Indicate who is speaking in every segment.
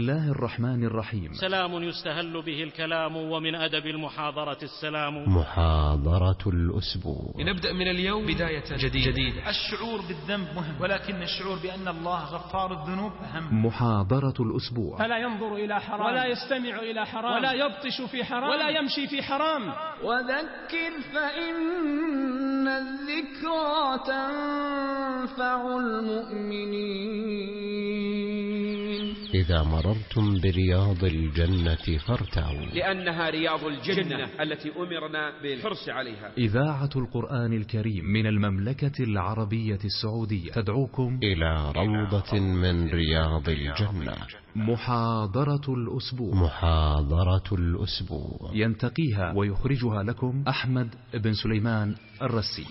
Speaker 1: الله الرحمن الرحيم.
Speaker 2: سلام يستهل به الكلام، ومن أدب المحاضرة السلام.
Speaker 3: محاضرة الأسبوع.
Speaker 4: لنبدأ من اليوم بداية جديدة.
Speaker 5: الشعور بالذنب مهم، ولكن الشعور بأن الله غفار الذنوب أهم.
Speaker 1: محاضرة الأسبوع.
Speaker 6: فلا ينظر إلى حرام، ولا يستمع إلى حرام، ولا يبطش في حرام، ولا يمشي في حرام.
Speaker 7: وذكر فإن الذكرى تنفع المؤمنين.
Speaker 3: إذا مررتم برياض الجنة فارتعوا،
Speaker 4: لأنها رياض الجنة التي أمرنا بالحرص عليها.
Speaker 1: إذاعة القرآن الكريم من المملكة العربية السعودية تدعوكم
Speaker 3: إلى روضة من رياض الجنة.
Speaker 1: محاضرة الأسبوع.
Speaker 3: محاضرة الأسبوع
Speaker 1: ينتقيها ويخرجها لكم أحمد بن سليمان الرسي.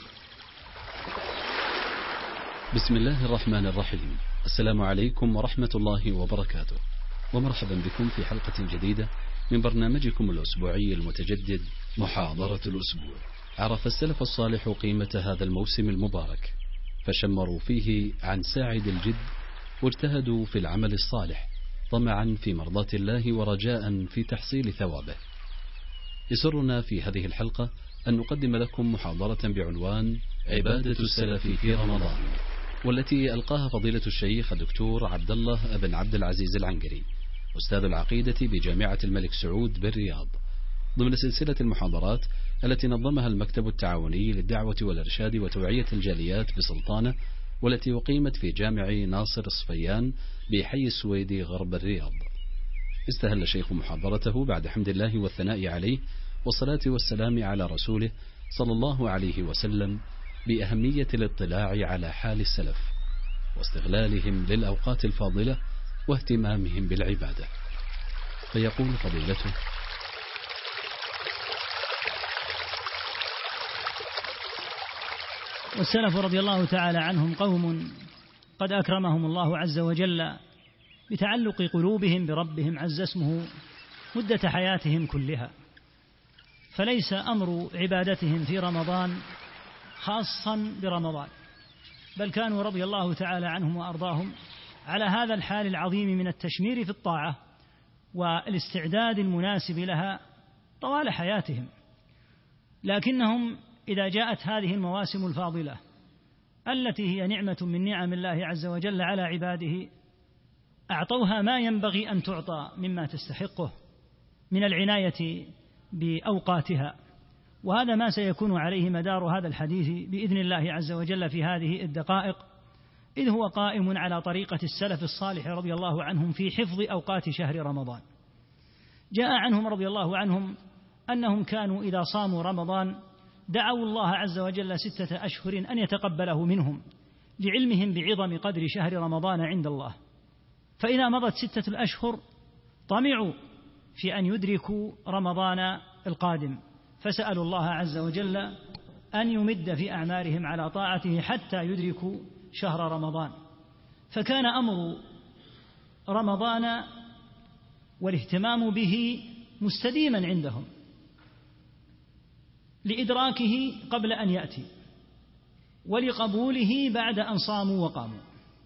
Speaker 8: بسم الله الرحمن الرحيم. السلام عليكم ورحمة الله وبركاته، ومرحبا بكم في حلقة جديدة من برنامجكم الأسبوعي المتجدد محاضرة الأسبوع. عرف السلف الصالح قيمة هذا الموسم المبارك، فشمروا فيه عن ساعد الجد، واجتهدوا في العمل الصالح طمعا في مرضاة الله ورجاء في تحصيل ثوابه. يسرنا في هذه الحلقة أن نقدم لكم محاضرة بعنوان عبادة السلف في رمضان، والتي ألقاها فضيلة الشيخ الدكتور عبد الله بن عبد العزيز العنقري، أستاذ العقيدة بجامعة الملك سعود بالرياض، ضمن سلسلة المحاضرات التي نظمها المكتب التعاوني للدعوة والإرشاد وتوعية الجاليات بسلطانة، والتي أقيمت في جامع ناصر الصفيان بحي السويدي غرب الرياض. استهل الشيخ محاضرته بعد حمد الله والثناء عليه والصلاة والسلام على رسوله صلى الله عليه وسلم بأهمية الاطلاع على حال السلف واستغلالهم للأوقات الفاضلة واهتمامهم بالعبادة. فيقول فضيلته:
Speaker 9: والسلف رضي الله تعالى عنهم قوم قد أكرمهم الله عز وجل بتعلق قلوبهم بربهم عز اسمه مدة حياتهم كلها، فليس أمر عبادتهم في رمضان خاصا برمضان، بل كانوا رضي الله تعالى عنهم وأرضاهم على هذا الحال العظيم من التشمير في الطاعة والاستعداد المناسب لها طوال حياتهم. لكنهم إذا جاءت هذه المواسم الفاضلة التي هي نعمة من نعم الله عز وجل على عباده، أعطوها ما ينبغي أن تعطى مما تستحقه من العناية بأوقاتها، وهذا ما سيكون عليه مدار هذا الحديث بإذن الله عز وجل في هذه الدقائق، إذ هو قائم على طريقة السلف الصالح رضي الله عنهم في حفظ أوقات شهر رمضان. جاء عنهم رضي الله عنهم أنهم كانوا إذا صاموا رمضان دعوا الله عز وجل 6 أشهر أن يتقبله منهم، لعلمهم بعظم قدر شهر رمضان عند الله. فإذا مضت 6 الأشهر طمعوا في أن يدركوا رمضان القادم، فسألوا الله عز وجل أن يمد في أعمارهم على طاعته حتى يدركوا شهر رمضان. فكان أمر رمضان والاهتمام به مستديما عندهم لإدراكه قبل أن يأتي ولقبوله بعد أن صاموا وقاموا.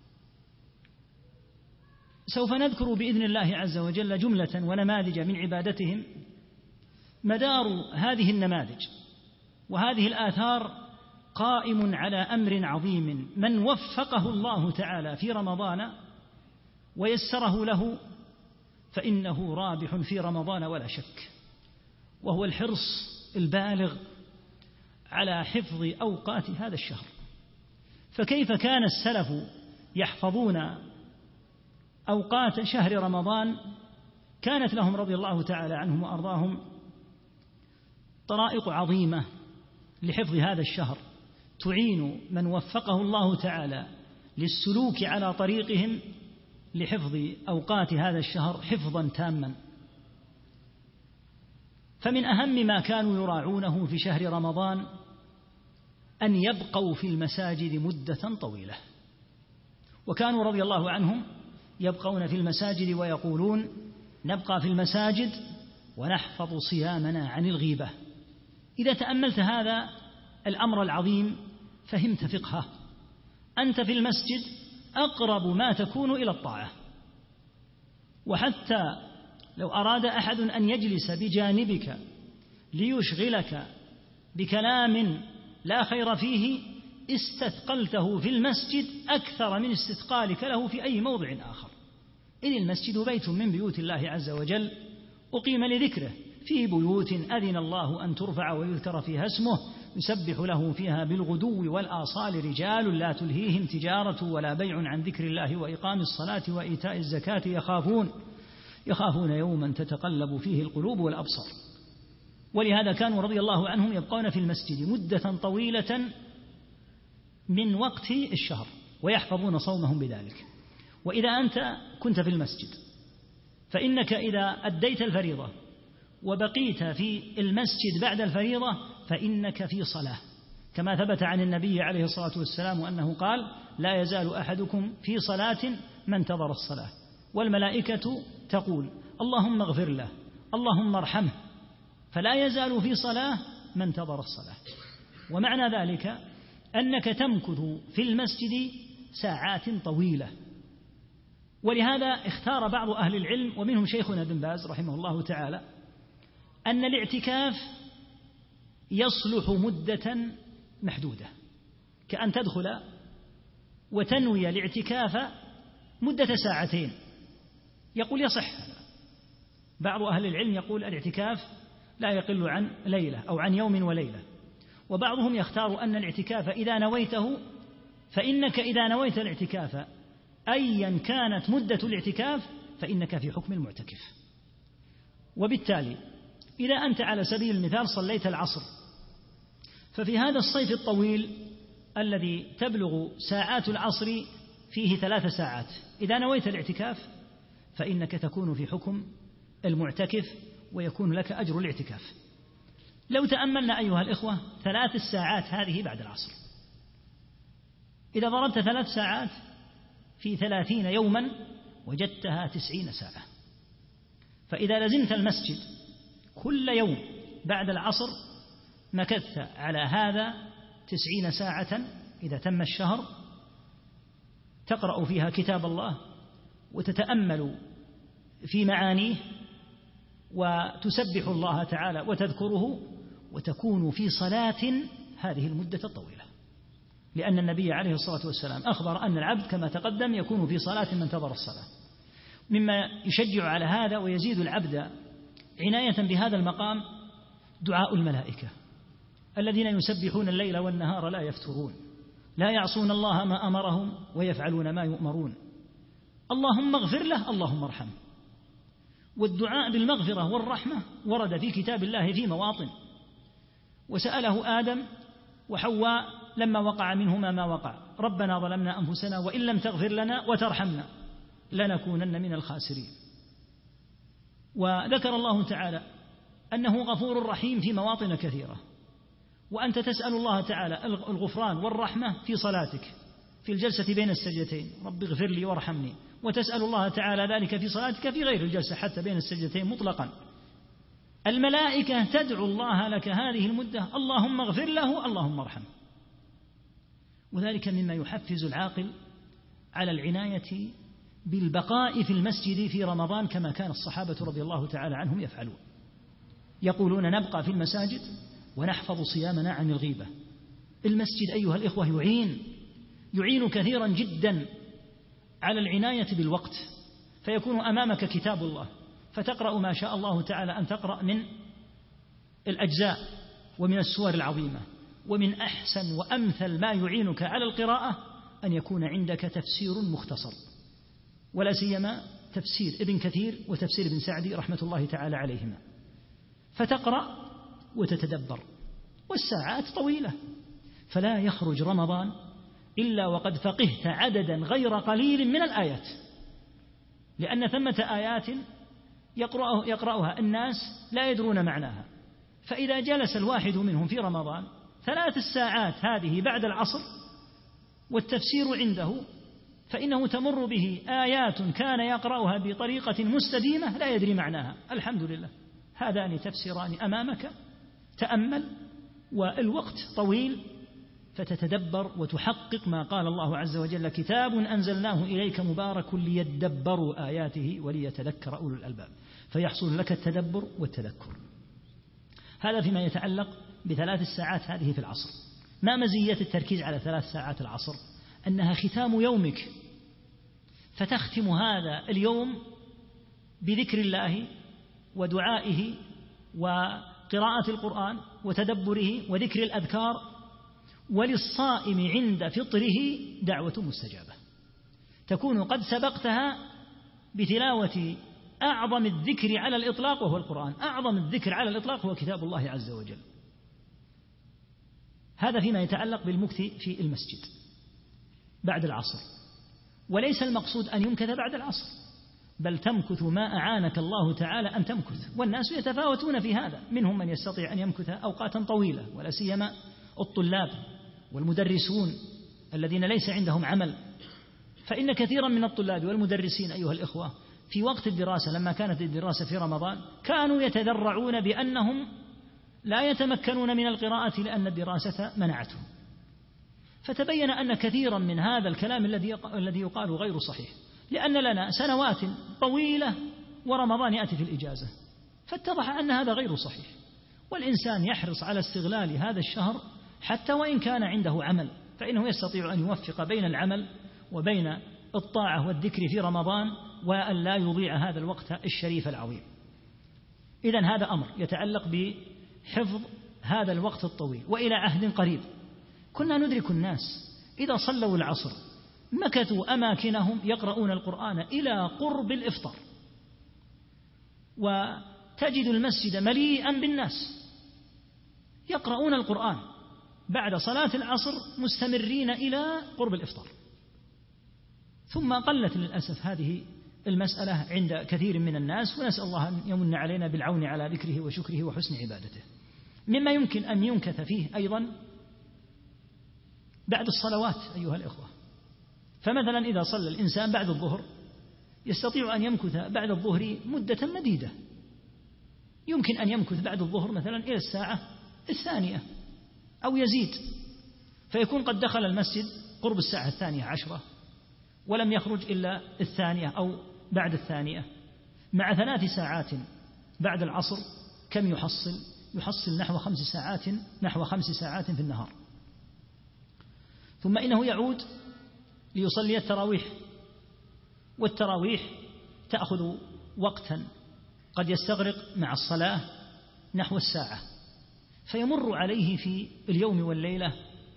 Speaker 9: سوف نذكر بإذن الله عز وجل جملة ونماذج من عبادتهم. مدار هذه النماذج وهذه الآثار قائم على أمر عظيم، من وفقه الله تعالى في رمضان ويسره له فإنه رابح في رمضان ولا شك، وهو الحرص البالغ على حفظ أوقات هذا الشهر. فكيف كان السلف يحفظون أوقات شهر رمضان؟ كانت لهم رضي الله تعالى عنهم وأرضاهم طرائق عظيمة لحفظ هذا الشهر تعين من وفقه الله تعالى للسلوك على طريقهم لحفظ أوقات هذا الشهر حفظا تاما. فمن أهم ما كانوا يراعونه في شهر رمضان أن يبقوا في المساجد مدة طويلة، وكانوا رضي الله عنهم يبقون في المساجد ويقولون: نبقى في المساجد ونحفظ صيامنا عن الغيبة. إذا تأملت هذا الأمر العظيم فهمت فقهه. أنت في المسجد أقرب ما تكون إلى الطاعة، وحتى لو أراد أحد أن يجلس بجانبك ليشغلك بكلام لا خير فيه استثقلته في المسجد أكثر من استثقالك له في أي موضع آخر. إن المسجد بيت من بيوت الله عز وجل أقيم لذكره، فيه بيوت أذن الله أن ترفع ويذكر فيها اسمه يسبح له فيها بالغدو والآصال رجال لا تلهيهم تجارة ولا بيع عن ذكر الله وإقام الصلاة وإيتاء الزكاة يخافون يوما تتقلب فيه القلوب والأبصار. ولهذا كانوا رضي الله عنهم يبقون في المسجد مدة طويلة من وقت الشهر ويحفظون صومهم بذلك. وإذا أنت كنت في المسجد فإنك إذا أديت الفريضة وبقيت في المسجد بعد الفريضة فإنك في صلاة، كما ثبت عن النبي عليه الصلاة والسلام أنه قال: لا يزال أحدكم في صلاة ما انتظر الصلاة، والملائكة تقول: اللهم اغفر له اللهم ارحمه، فلا يزال في صلاة ما انتظر الصلاة. ومعنى ذلك أنك تمكث في المسجد ساعات طويلة. ولهذا اختار بعض أهل العلم ومنهم شيخنا بن باز رحمه الله تعالى أن الاعتكاف يصلح مدة محدودة، كأن تدخل وتنوي الاعتكاف مدة ساعتين، يقول يصح هذا. بعض أهل العلم يقول الاعتكاف لا يقل عن ليلة أو عن يوم وليلة، وبعضهم يختار أن الاعتكاف إذا نويته فإنك إذا نويت الاعتكاف أيا كانت مدة الاعتكاف فإنك في حكم المعتكف. وبالتالي إذا أنت على سبيل المثال صليت العصر، ففي هذا الصيف الطويل الذي تبلغ ساعات العصر فيه 3 ساعات، إذا نويت الاعتكاف فإنك تكون في حكم المعتكف ويكون لك أجر الاعتكاف. لو تأملنا أيها الإخوة 3 ساعات هذه بعد العصر، إذا ضربت 3 ساعات في 30 يوما وجدتها 90 ساعة. فإذا لزمت المسجد كل يوم بعد العصر مكثت على هذا 90 ساعة إذا تم الشهر، تقرأ فيها كتاب الله وتتأمل في معانيه وتسبح الله تعالى وتذكره وتكون في صلاة هذه المدة الطويلة. لأن النبي عليه الصلاة والسلام أخبر أن العبد كما تقدم يكون في صلاة من انتظر الصلاة. مما يشجع على هذا ويزيد العبد عناية بهذا المقام دعاء الملائكة الذين يسبحون الليل والنهار لا يفترون، لا يعصون الله ما أمرهم ويفعلون ما يؤمرون. اللهم اغفر له اللهم ارحمه. والدعاء بالمغفرة والرحمة ورد في كتاب الله في مواطن، وسأله آدم وحواء لما وقع منهما ما وقع: ربنا ظلمنا أنفسنا وإن لم تغفر لنا وترحمنا لنكونن من الخاسرين. وذكر الله تعالى أنه غفور رحيم في مواطن كثيرة، وأنت تسأل الله تعالى الغفران والرحمة في صلاتك في الجلسة بين السجدتين: رب اغفر لي وارحمني، وتسأل الله تعالى ذلك في صلاتك في غير الجلسة حتى بين السجدتين مطلقا. الملائكة تدعو الله لك هذه المدة: اللهم اغفر له اللهم ارحمه. وذلك مما يحفز العاقل على العناية بالبقاء في المسجد في رمضان كما كان الصحابة رضي الله تعالى عنهم يفعلون، يقولون: نبقى في المساجد ونحفظ صيامنا عن الغيبة. المسجد أيها الإخوة يعين كثيرا جدا على العناية بالوقت، فيكون أمامك كتاب الله فتقرأ ما شاء الله تعالى أن تقرأ من الأجزاء ومن السور العظيمة. ومن أحسن وأمثل ما يعينك على القراءة أن يكون عندك تفسير مختصر، ولا سيما تفسير ابن كثير وتفسير ابن سعدي رحمة الله تعالى عليهما، فتقرأ وتتدبر. والساعات طويلة، فلا يخرج رمضان إلا وقد فقهت عددا غير قليل من الآيات، لأن ثمة آيات يقرأها الناس لا يدرون معناها. فإذا جلس الواحد منهم في رمضان 3 ساعات هذه بعد العصر والتفسير عنده، فإنه تمر به آيات كان يقرأها بطريقة مستديمة لا يدري معناها. الحمد لله، هذان تفسيران أمامك، تأمل، والوقت طويل فتتدبر وتحقق ما قال الله عز وجل: كتاب أنزلناه إليك مبارك ليدبروا آياته وليتذكر أولو الألباب، فيحصل لك التدبر والتذكر. هذا فيما يتعلق ب3 ساعات هذه في العصر. ما مزية التركيز على 3 ساعات العصر؟ أنها ختام يومك، فتختم هذا اليوم بذكر الله ودعائه وقراءة القرآن وتدبره وذكر الأذكار، وللصائم عند فطره دعوة مستجابة تكون قد سبقتها بتلاوة أعظم الذكر على الإطلاق وهو القرآن. أعظم الذكر على الإطلاق هو كتاب الله عز وجل. هذا فيما يتعلق بالمكث في المسجد بعد العصر. وليس المقصود أن يمكث بعد العصر، بل تمكث ما أعانك الله تعالى أن تمكث. والناس يتفاوتون في هذا، منهم من يستطيع أن يمكث أوقاتا طويلة، ولا سيما الطلاب والمدرسون الذين ليس عندهم عمل. فإن كثيرا من الطلاب والمدرسين أيها الإخوة في وقت الدراسة، لما كانت الدراسة في رمضان، كانوا يتذرعون بأنهم لا يتمكنون من القراءة لأن الدراسة منعتهم. فتبين أن كثيرا من هذا الكلام الذي يقال غير صحيح، لأن لنا سنوات طويلة ورمضان يأتي في الإجازة، فاتضح أن هذا غير صحيح. والإنسان يحرص على استغلال هذا الشهر حتى وإن كان عنده عمل، فإنه يستطيع أن يوفق بين العمل وبين الطاعة والذكر في رمضان، وأن لا يضيع هذا الوقت الشريف العظيم. إذن هذا أمر يتعلق بحفظ هذا الوقت الطويل. وإلى عهد قريب كنا ندرك الناس إذا صلوا العصر مكثوا أماكنهم يقرؤون القرآن إلى قرب الإفطار، وتجد المسجد مليئا بالناس يقرؤون القرآن بعد صلاة العصر مستمرين إلى قرب الإفطار. ثم قلت للأسف هذه المسألة عند كثير من الناس، ونسأل الله أن يمن علينا بالعون على ذكره وشكره وحسن عبادته. مما يمكن أن ينكث فيه أيضا بعد الصلوات أيها الإخوة. فمثلا إذا صلى الإنسان بعد الظهر يستطيع أن يمكث بعد الظهر مدة مديدة، يمكن أن يمكث بعد الظهر مثلا إلى الساعة 2 أو يزيد، فيكون قد دخل المسجد قرب الساعة 12 ولم يخرج إلا 2 أو بعد 2. مع 3 ساعات بعد العصر كم يحصل نحو 5 ساعات في النهار. ثم إنه يعود ليصلي التراويح، والتراويح تأخذ وقتا قد يستغرق مع الصلاة نحو الساعة، فيمر عليه في اليوم والليلة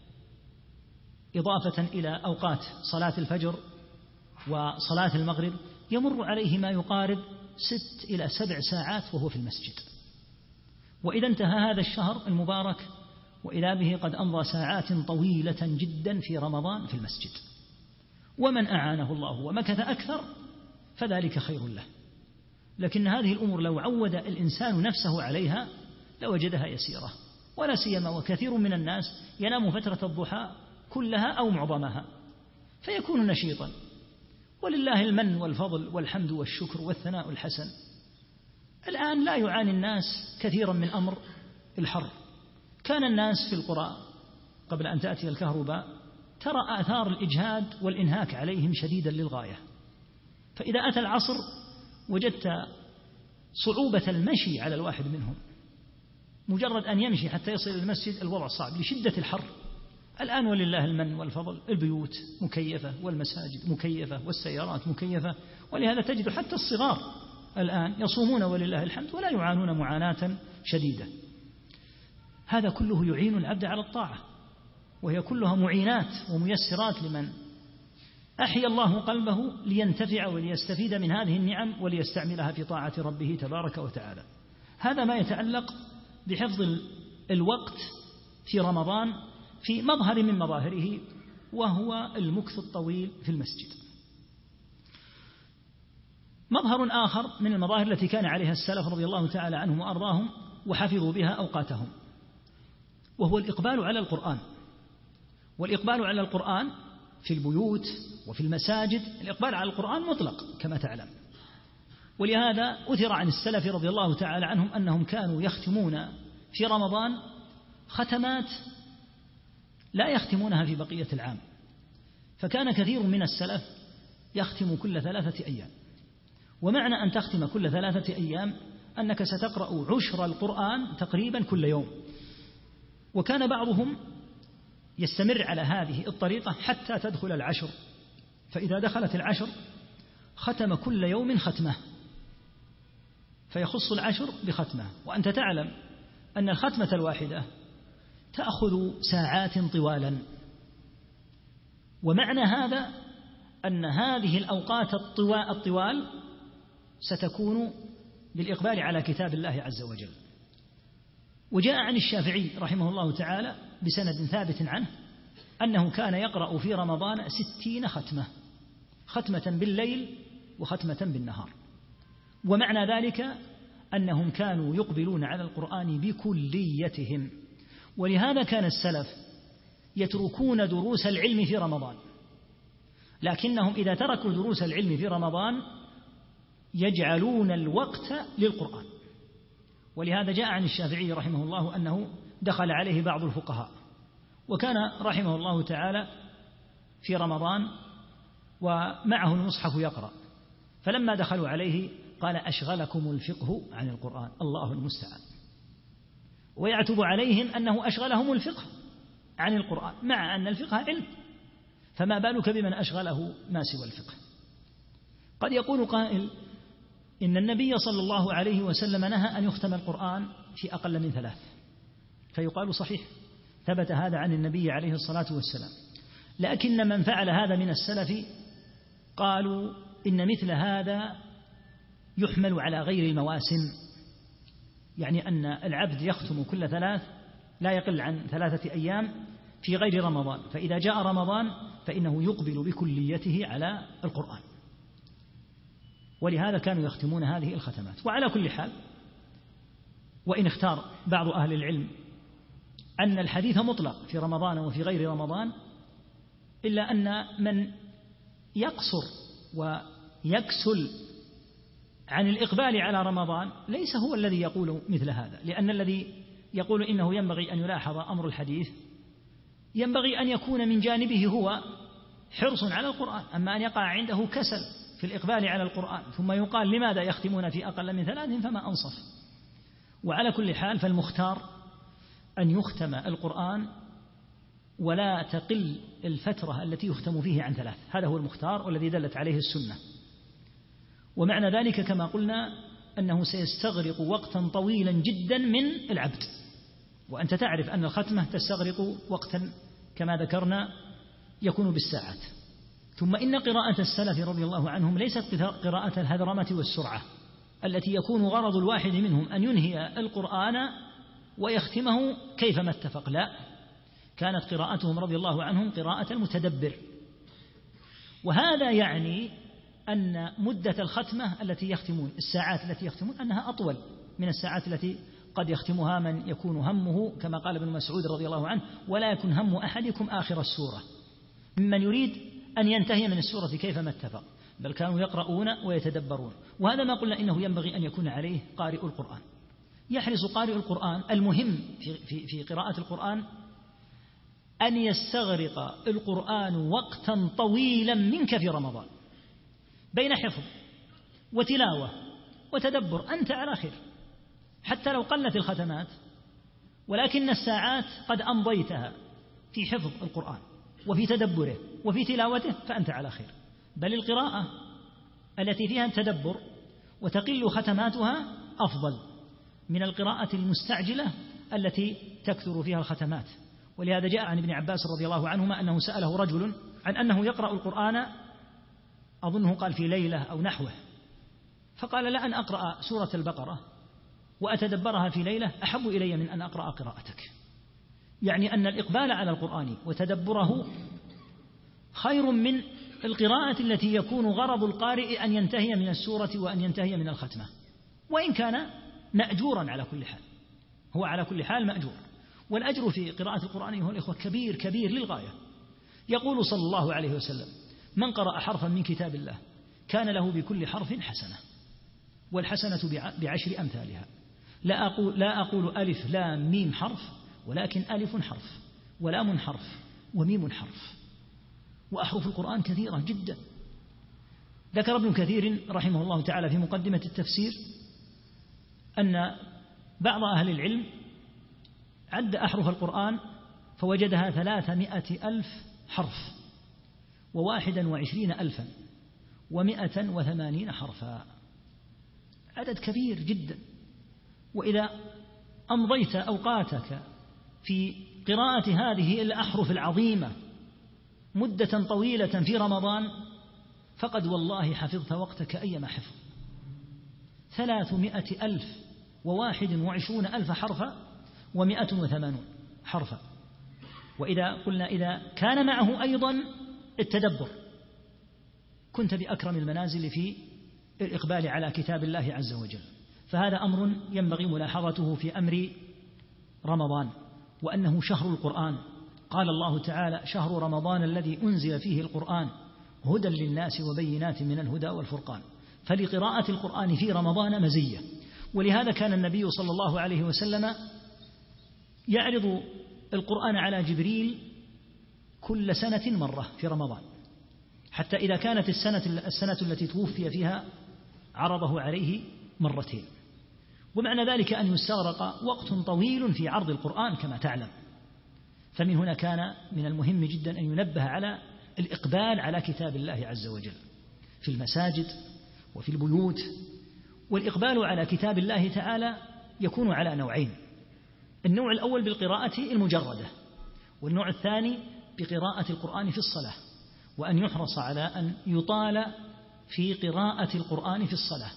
Speaker 9: إضافة إلى أوقات صلاة الفجر وصلاة المغرب يمر عليه ما يقارب 6 إلى 7 ساعات وهو في المسجد. وإذا انتهى هذا الشهر المبارك وإذا به قد أمضى ساعات طويلة جدا في رمضان في المسجد. ومن أعانه الله ومكث أكثر فذلك خير له، لكن هذه الأمور لو عود الإنسان نفسه عليها لوجدها يسيرة، ولا سيما وكثير من الناس ينام فترة الضحى كلها أو معظمها فيكون نشيطا، ولله المن والفضل والحمد والشكر والثناء الحسن. الآن لا يعاني الناس كثيرا من أمر الحر. كان الناس في القرى قبل أن تأتي الكهرباء ترى آثار الإجهاد والإنهاك عليهم شديدا للغاية، فإذا أتى العصر وجدت صعوبة المشي على الواحد منهم، مجرد أن يمشي حتى يصل إلى المسجد الوضع صعب لشدة الحر. الآن ولله المن والفضل البيوت مكيفة والمساجد مكيفة والسيارات مكيفة، ولهذا تجد حتى الصغار الآن يصومون ولله الحمد ولا يعانون معاناة شديدة. هذا كله يعين العبد على الطاعة، وهي كلها معينات وميسرات لمن أحيا الله قلبه لينتفع وليستفيد من هذه النعم وليستعملها في طاعة ربه تبارك وتعالى. هذا ما يتعلق بحفظ الوقت في رمضان في مظهر من مظاهره، وهو المكث الطويل في المسجد. مظهر آخر من المظاهر التي كان عليها السلف رضي الله تعالى عنهم وأرضاهم وحفظوا بها أوقاتهم، وهو الإقبال على القرآن. والإقبال على القرآن في البيوت وفي المساجد، الإقبال على القرآن مطلق كما تعلم. ولهذا أثر عن السلف رضي الله تعالى عنهم أنهم كانوا يختمون في رمضان ختمات لا يختمونها في بقية العام، فكان كثير من السلف يختم كل 3 أيام. ومعنى أن تختم كل 3 أيام أنك ستقرأ عشر القرآن تقريبا كل يوم. وكان بعضهم يستمر على هذه الطريقة حتى تدخل العشر، فإذا دخلت العشر ختم كل يوم ختمة، فيخص العشر بختمة. وأنت تعلم أن الختمة الواحدة تأخذ ساعات طوالا، ومعنى هذا أن هذه الأوقات الطوال ستكون بالإقبال على كتاب الله عز وجل. وجاء عن الشافعي رحمه الله تعالى بسند ثابت عنه أنه كان يقرأ في رمضان 60 ختمة، ختمة بالليل وختمة بالنهار. ومعنى ذلك أنهم كانوا يقبلون على القرآن بكليتهم. ولهذا كان السلف يتركون دروس العلم في رمضان، لكنهم إذا تركوا دروس العلم في رمضان يجعلون الوقت للقرآن. ولهذا جاء عن الشافعي رحمه الله أنه دخل عليه بعض الفقهاء، وكان رحمه الله تعالى في رمضان ومعه المصحف يقرأ، فلما دخلوا عليه قال: أشغلكم الفقه عن القرآن، الله المستعان. ويعتب عليهم أنه أشغلهم الفقه عن القرآن، مع أن الفقه علم، فما بالك بمن أشغله ما سوى الفقه. قد يقول قائل: إن النبي صلى الله عليه وسلم نهى أن يختم القرآن في أقل من 3، فيقال: صحيح، ثبت هذا عن النبي عليه الصلاة والسلام، لكن من فعل هذا من السلف قالوا إن مثل هذا يحمل على غير المواسم، يعني أن العبد يختم كل 3 لا يقل عن 3 أيام في غير رمضان، فإذا جاء رمضان فإنه يقبل بكليته على القرآن. ولهذا كانوا يختمون هذه الختمات. وعلى كل حال، وإن اختار بعض أهل العلم أن الحديث مطلق في رمضان وفي غير رمضان، إلا أن من يقصر ويكسل عن الإقبال على رمضان ليس هو الذي يقول مثل هذا، لأن الذي يقول إنه ينبغي أن يلاحظ أمر الحديث ينبغي أن يكون من جانبه هو حرص على القرآن، أما أن يقع عنده كسل في الإقبال على القرآن ثم يقال لماذا يختمون في أقل من 3 فما أنصف. وعلى كل حال فالمختار أن يختم القرآن ولا تقل الفترة التي يختم فيه عن 3، هذا هو المختار والذي دلت عليه السنة. ومعنى ذلك كما قلنا أنه سيستغرق وقتا طويلا جدا من العبد، وأنت تعرف أن الختمة تستغرق وقتا كما ذكرنا يكون بالساعات. ثم إن قراءة السلف رضي الله عنهم ليست قراءة الهذرمة والسرعة التي يكون غرض الواحد منهم أن ينهي القرآن ويختمه كيفما اتفق، لا، كانت قراءتهم رضي الله عنهم قراءة المتدبر. وهذا يعني أن مدة الختمة التي يختمون، الساعات التي يختمون، أنها أطول من الساعات التي قد يختمها من يكون همه كما قال ابن مسعود رضي الله عنه: ولا يكن هم أحدكم آخر السورة، ممن يريد أن ينتهي من السورة كيفما اتفق، بل كانوا يقرؤون ويتدبرون. وهذا ما قلنا إنه ينبغي أن يكون عليه قارئ القرآن. يحرص قارئ القرآن، المهم في قراءة القرآن أن يستغرق القرآن وقتا طويلا منك في رمضان بين حفظ وتلاوة وتدبر، أنت على خير حتى لو قلت الختمات، ولكن الساعات قد أمضيتها في حفظ القرآن وفي تدبره وفي تلاوته فأنت على خير. بل القراءة التي فيها التدبر وتقل ختماتها أفضل من القراءة المستعجلة التي تكثر فيها الختمات. ولهذا جاء عن ابن عباس رضي الله عنهما أنه سأله رجل عن أنه يقرأ القرآن أظنه قال في ليلة أو نحوه، فقال: لا، أن أقرأ سورة البقرة وأتدبرها في ليلة أحب إلي من أن أقرأ قراءتك. يعني أن الإقبال على القرآن وتدبره خير من القراءة التي يكون غرض القارئ أن ينتهي من السورة وأن ينتهي من الختمة، وإن كان مأجورا على كل حال، هو على كل حال مأجور. والأجر في قراءة القرآن هو الإخوة كبير كبير للغاية. يقول صلى الله عليه وسلم: من قرأ حرفا من كتاب الله كان له بكل حرف حسنة، والحسنة ب10 أمثالها. لا أقول ألف لام ميم حرف، ولكن ألف حرف ولام حرف وميم حرف، وأحرف القرآن كثيرة جدا. ذكر ابن كثير رحمه الله تعالى في مقدمة التفسير أن بعض أهل العلم عد أحرف القرآن فوجدها 300,000 حرف و21,180 حرفا، عدد كبير جدا. وإذا أمضيت أوقاتك في قراءة هذه الأحرف العظيمة مدة طويلة في رمضان فقد والله حفظت وقتك أيما حفظ. 321,000 حرفا و180 حرفا. وإذا قلنا إذا كان معه أيضا التدبر كنت بأكرم المنازل في الإقبال على كتاب الله عز وجل. فهذا أمر ينبغي ملاحظته في أمر رمضان، وأنه شهر القرآن. قال الله تعالى: شهر رمضان الذي أنزل فيه القرآن هدى للناس وبينات من الهدى والفرقان. فلقراءة القرآن في رمضان مزية، ولهذا كان النبي صلى الله عليه وسلم يعرض القرآن على جبريل كل سنة مرة في رمضان، حتى إذا كانت السنة التي توفي فيها عرضه عليه مرتين. ومعنى ذلك أن يستغرق وقت طويل في عرض القرآن كما تعلم. فمن هنا كان من المهم جدا أن ينبه على الإقبال على كتاب الله عز وجل في المساجد وفي البيوت. والإقبال على كتاب الله تعالى يكون على نوعين: النوع الأول بالقراءة المجردة، والنوع الثاني بقراءة القرآن في الصلاة، وأن يحرص على أن يطال في قراءة القرآن في الصلاة.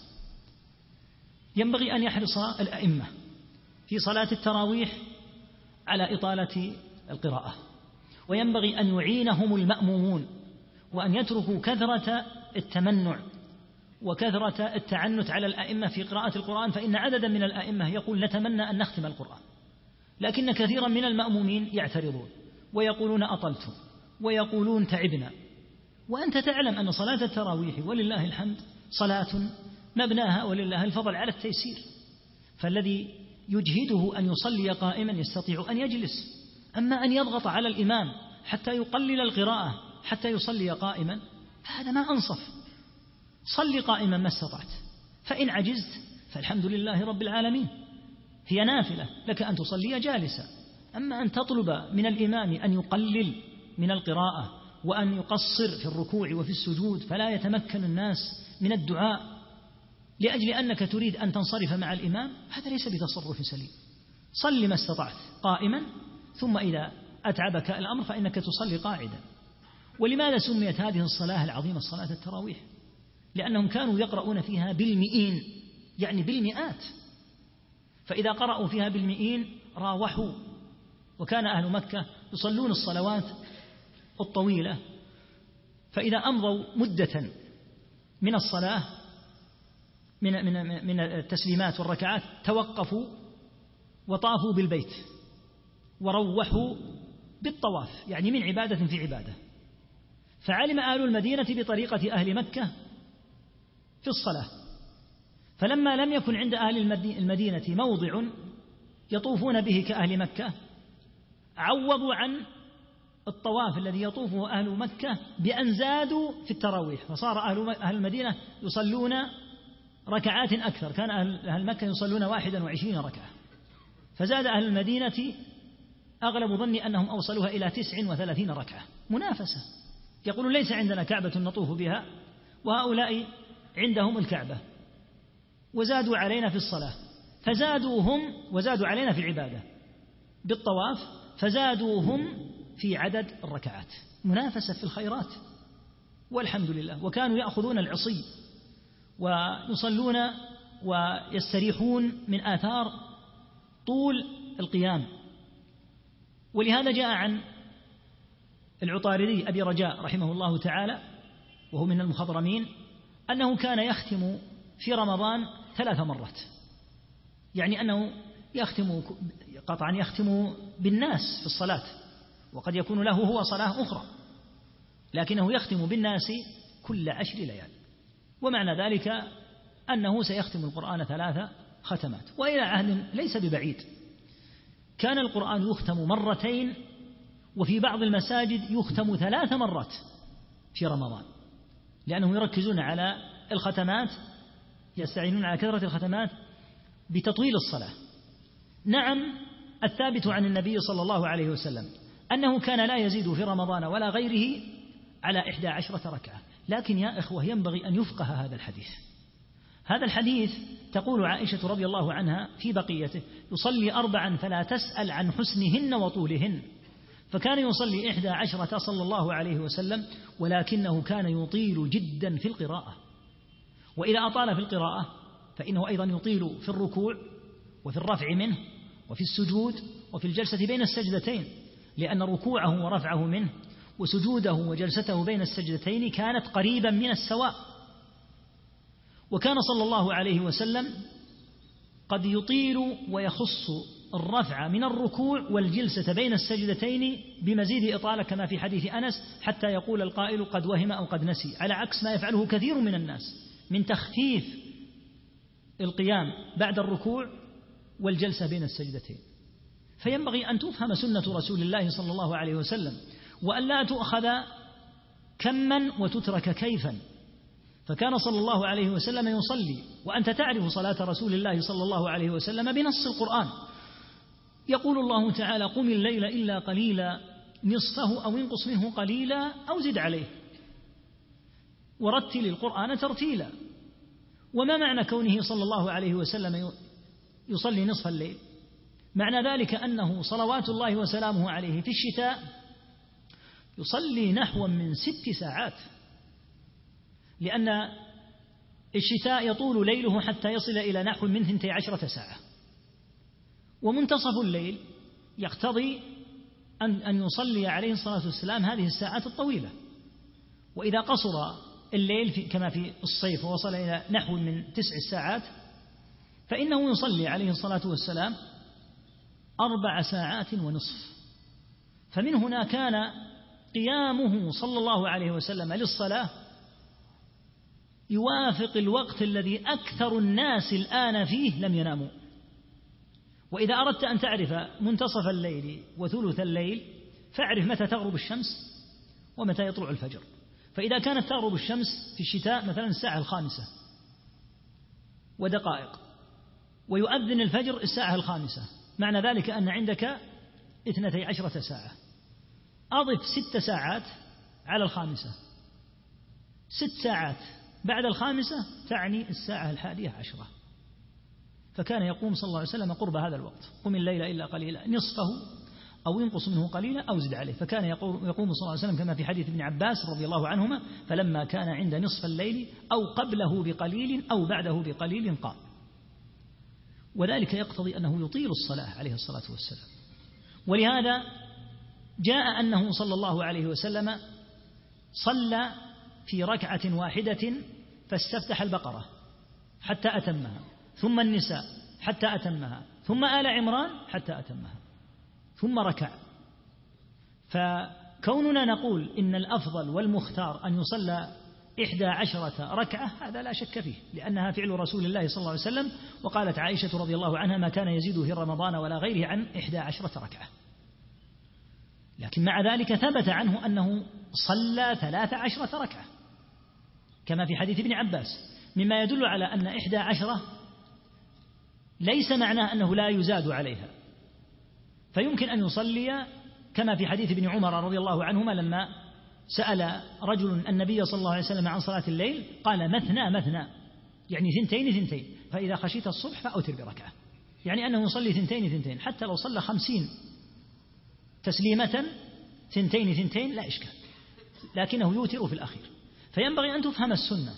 Speaker 9: ينبغي أن يحرص الأئمة في صلاة التراويح على إطالة القراءة، وينبغي أن يعينهم المأمومون وأن يتركوا كثرة التمنع وكثرة التعنت على الأئمة في قراءة القرآن. فإن عددا من الأئمة يقول: نتمنى أن نختم القرآن، لكن كثيرا من المأمومين يعترضون ويقولون: أطلتم، ويقولون: تعبنا. وأنت تعلم أن صلاة التراويح ولله الحمد صلاة مبناها ولله الفضل على التيسير، فالذي يجهده أن يصلي قائما يستطيع أن يجلس. أما أن يضغط على الإمام حتى يقلل القراءة حتى يصلي قائما فهذا ما أنصف. صل قائما ما استطعت، فإن عجزت فالحمد لله رب العالمين، هي نافلة لك أن تصلي جالسا. أما أن تطلب من الإمام أن يقلل من القراءة وأن يقصر في الركوع وفي السجود فلا يتمكن الناس من الدعاء لأجل أنك تريد أن تنصرف مع الإمام، هذا ليس بتصرف سليم. صل ما استطعت قائما، ثم إذا أتعبك الأمر فإنك تصلي قاعدا. ولماذا سميت هذه الصلاة العظيمة صلاة التراويح؟ لأنهم كانوا يقرؤون فيها بالمئين، يعني بالمئات، فإذا قرأوا فيها بالمئين راوحوا. وكان أهل مكة يصلون الصلوات الطويلة، فإذا أمضوا مدة من الصلاة من التسليمات والركعات توقفوا وطافوا بالبيت وروحوا بالطواف، يعني من عبادة في عبادة. فعلم أهل المدينة بطريقة أهل مكة في الصلاة، فلما لم يكن عند أهل المدينة موضع يطوفون به كأهل مكة عوضوا عن الطواف الذي يطوفه أهل مكة بأن زادوا في التراويح، فصار أهل المدينة يصلون ركعات أكثر. كان أهل مكة يصلون 21 ركعة، فزاد أهل المدينة أغلب ظني أنهم أوصلوها إلى 39 ركعة. منافسة، يقولون ليس عندنا كعبة نطوف بها وهؤلاء عندهم الكعبة، وزادوا علينا في الصلاة فزادوهم، وزادوا علينا في العبادة بالطواف فزادوهم في عدد الركعات. منافسة في الخيرات والحمد لله. وكانوا يأخذون العصي ويصلون ويستريحون من آثار طول القيام. ولهذا جاء عن العطاردي أبي رجاء رحمه الله تعالى وهو من المخضرمين أنه كان يختم في رمضان 3 مرات، يعني أنه يختم بالناس في الصلاة، وقد يكون له هو صلاة أخرى، لكنه يختم بالناس كل 10 ليال. ومعنى ذلك أنه سيختم القرآن 3 ختمات. وإلى عهد ليس ببعيد كان القرآن يختم 2 مرتين وفي بعض المساجد يختم 3 مرات في رمضان، لأنهم يركزون على الختمات، يستعينون على كثرة الختمات بتطويل الصلاة. نعم، الثابت عن النبي صلى الله عليه وسلم أنه كان لا يزيد في رمضان ولا غيره على 11 ركعة، لكن يا إخوة ينبغي أن يفقه هذا الحديث. هذا الحديث تقول عائشة رضي الله عنها في بقيته: يصلي 4 فلا تسأل عن حسنهن وطولهن، فكان يصلي 11 صلى الله عليه وسلم، ولكنه كان يطيل جدا في القراءة. وإذا أطال في القراءة فإنه أيضا يطيل في الركوع وفي الرفع منه وفي السجود وفي الجلسة بين السجدتين، لأن ركوعه ورفعه منه وسجوده وجلسته بين السجدتين كانت قريبا من السواء. وكان صلى الله عليه وسلم قد يطيل ويخص الرفع من الركوع والجلسة بين السجدتين بمزيد إطالة، كما في حديث أنس: حتى يقول القائل قد وهم أو قد نسي، على عكس ما يفعله كثير من الناس من تخفيف القيام بعد الركوع والجلسة بين السجدتين. فينبغي أن تفهم سنة رسول الله صلى الله عليه وسلم، وأن لا تؤخذ كما وتترك كيفا. فكان صلى الله عليه وسلم يصلي، وأنت تعرف صلاة رسول الله صلى الله عليه وسلم بنص القرآن. يقول الله تعالى: قم الليل إلا قليلا نصفه أو انقص منه قليلا أو زد عليه ورتل القرآن ترتيلا. وما معنى كونه صلى الله عليه وسلم يصلي نصف الليل؟ معنى ذلك أنه صلوات الله وسلامه عليه في الشتاء يصلي نحو من 6 ساعات، لأن الشتاء يطول ليله حتى يصل إلى نحو من 12 ساعة، ومنتصف الليل يقتضي أن يصلي عليه الصلاة والسلام هذه الساعات الطويلة. وإذا قصر الليل كما في الصيف ووصل إلى نحو من 9 ساعات فإنه يصلي عليه الصلاة والسلام 4 ساعات ونصف. فمن هنا كان قيامه صلى الله عليه وسلم للصلاة يوافق الوقت الذي أكثر الناس الآن فيه لم يناموا. وإذا أردت أن تعرف منتصف الليل وثلث الليل فاعرف متى تغرب الشمس ومتى يطلع الفجر. فإذا كانت تغرب الشمس في الشتاء مثلا 5:05 ويؤذن الفجر 5:05، معنى ذلك أن عندك 12 ساعة. أضف 6 ساعات على 5، 6 ساعات بعد 5 تعني 11:10. فكان يقوم صلى الله عليه وسلم قرب هذا الوقت: قم الليل إلا قليلا نصفه أو ينقص منه قليلا أو زد عليه. فكان يقوم صلى الله عليه وسلم كما في حديث ابن عباس رضي الله عنهما: فلما كان عند نصف الليل أو قبله بقليل أو بعده بقليل قام. وذلك يقتضي أنه يطيل الصلاة عليه الصلاة والسلام. ولهذا جاء أنه صلى الله عليه وسلم صلى في ركعة واحدة فاستفتح البقرة حتى أتمها، ثم النساء حتى أتمها، ثم آل عمران حتى أتمها، ثم ركع. فكوننا نقول إن الأفضل والمختار أن يصلى 11 ركعة هذا لا شك فيه، لأنها فعل رسول الله صلى الله عليه وسلم. وقالت عائشة رضي الله عنها: ما كان يزيد في رمضان ولا غيره عن 11 ركعة. لكن مع ذلك ثبت عنه أنه صلى 13 ركعة كما في حديث ابن عباس، مما يدل على أن 11 ليس معناه أنه لا يزاد عليها، فيمكن أن يصلي كما في حديث ابن عمر رضي الله عنهما لما سأل رجل النبي صلى الله عليه وسلم عن صلاة الليل قال: مثنى مثنى، يعني 2 فإذا خشيت الصبح فأوتر بركعة، يعني أنه يصلي 2 حتى لو صلى 50 تسليمة 2 لا إشكال، لكنه يوتر في الأخير. فينبغي أن تفهم السنة.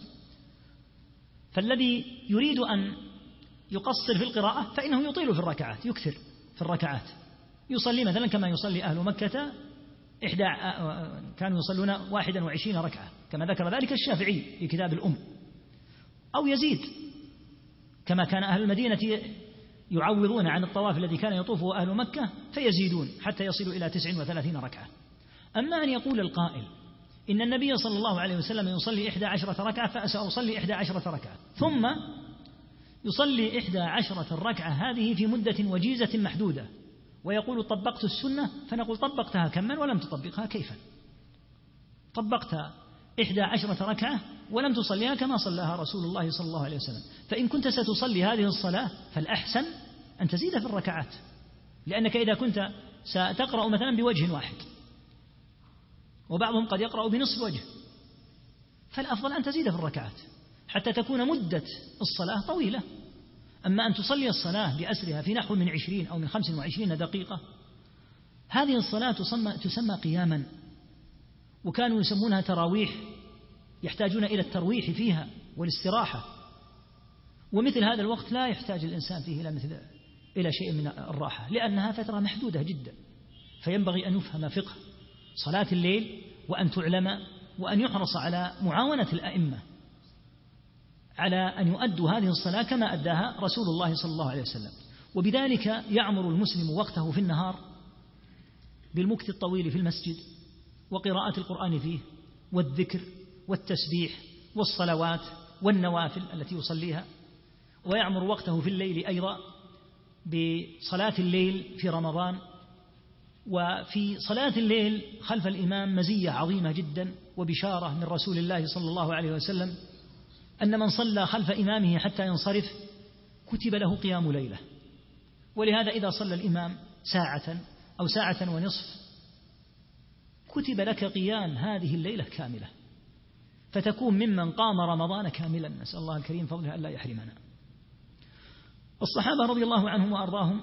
Speaker 9: فالذي يريد أن يقصر في القراءة فإنه يطيل في الركعات، يكثر في الركعات، يصلي مثلا كما يصلي أهل مكة كانوا يصلون 21 ركعة كما ذكر ذلك الشافعي في كتاب الأم، أو يزيد كما كان أهل المدينة يعوضون عن الطواف الذي كان يطوفه أهل مكة فيزيدون حتى يصلوا إلى 39 ركعة. أما أن يقول القائل إن النبي صلى الله عليه وسلم يصلي 11 ركعة فسأصلي 11 ركعة ثم يصلي 11 ركعة هذه في مدة وجيزة محدودة ويقول طبقت السنة، فنقول طبقتها كما ولم تطبقها كيفا؟ طبقت 11 ركعة ولم تصليها كما صلاها رسول الله صلى الله عليه وسلم. فإن كنت ستصلي هذه الصلاة فالأحسن أن تزيد في الركعات، لأنك إذا كنت ستقرأ مثلا بوجه واحد وبعضهم قد يقرأ بنصف وجه، فالأفضل أن تزيد في الركعات حتى تكون مدة الصلاة طويلة. أما أن تصلي الصلاة بأسرها في نحو من 20 أو من 25 دقيقة، هذه الصلاة تسمى قياما، وكانوا يسمونها تراويح، يحتاجون إلى الترويح فيها والاستراحة، ومثل هذا الوقت لا يحتاج الإنسان فيه إلى شيء من الراحة، لأنها فترة محدودة جدا. فينبغي أن يفهم فقه صلاة الليل، وأن تعلم، وأن يحرص على معاونة الأئمة على أن يؤدوا هذه الصلاة كما أداها رسول الله صلى الله عليه وسلم. وبذلك يعمر المسلم وقته في النهار بالمكث الطويل في المسجد وقراءة القرآن فيه والذكر والتسبيح والصلوات والنوافل التي يصليها، ويعمر وقته في الليل أيضا بصلاة الليل في رمضان. وفي صلاة الليل خلف الإمام مزية عظيمة جدا وبشارة من رسول الله صلى الله عليه وسلم أن من صلى خلف إمامه حتى ينصرف كتب له قيام ليلة. ولهذا إذا صلى الإمام ساعة أو ساعة ونصف كتب لك قيام هذه الليلة كاملة، فتكون ممن قام رمضان كاملا. نسأل الله الكريم فضله ألا يحرمنا. الصحابة رضي الله عنهم وأرضاهم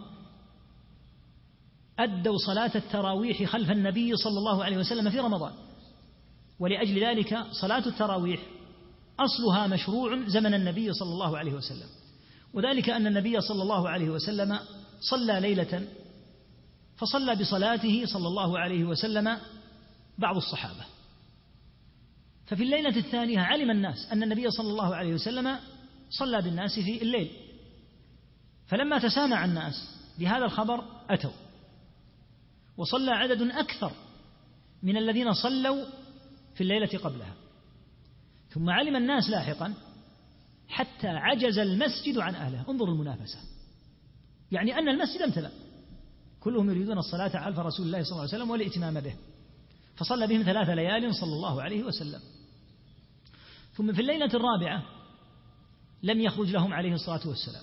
Speaker 9: أدوا صلاة التراويح خلف النبي صلى الله عليه وسلم في رمضان، ولأجل ذلك صلاة التراويح أصلها مشروع زمن النبي صلى الله عليه وسلم، وذلك أن النبي صلى الله عليه وسلم صلى ليلة فصلى بصلاته صلى الله عليه وسلم بعض الصحابة، ففي الليلة الثانية علم الناس أن النبي صلى الله عليه وسلم صلى بالناس في الليل، فلما تسامع الناس بهذا الخبر أتوا وصلى عدد أكثر من الذين صلوا في الليلة قبلها. ثم علم الناس لاحقا حتى عجز المسجد عن أهله. انظروا المنافسة، يعني أن المسجد امتلأ، كلهم يريدون الصلاة خلف رسول الله صلى الله عليه وسلم والائتمام به، فصلى بهم 3 ليال صلى الله عليه وسلم. ثم في الليلة الرابعة لم يخرج لهم عليه الصلاة والسلام،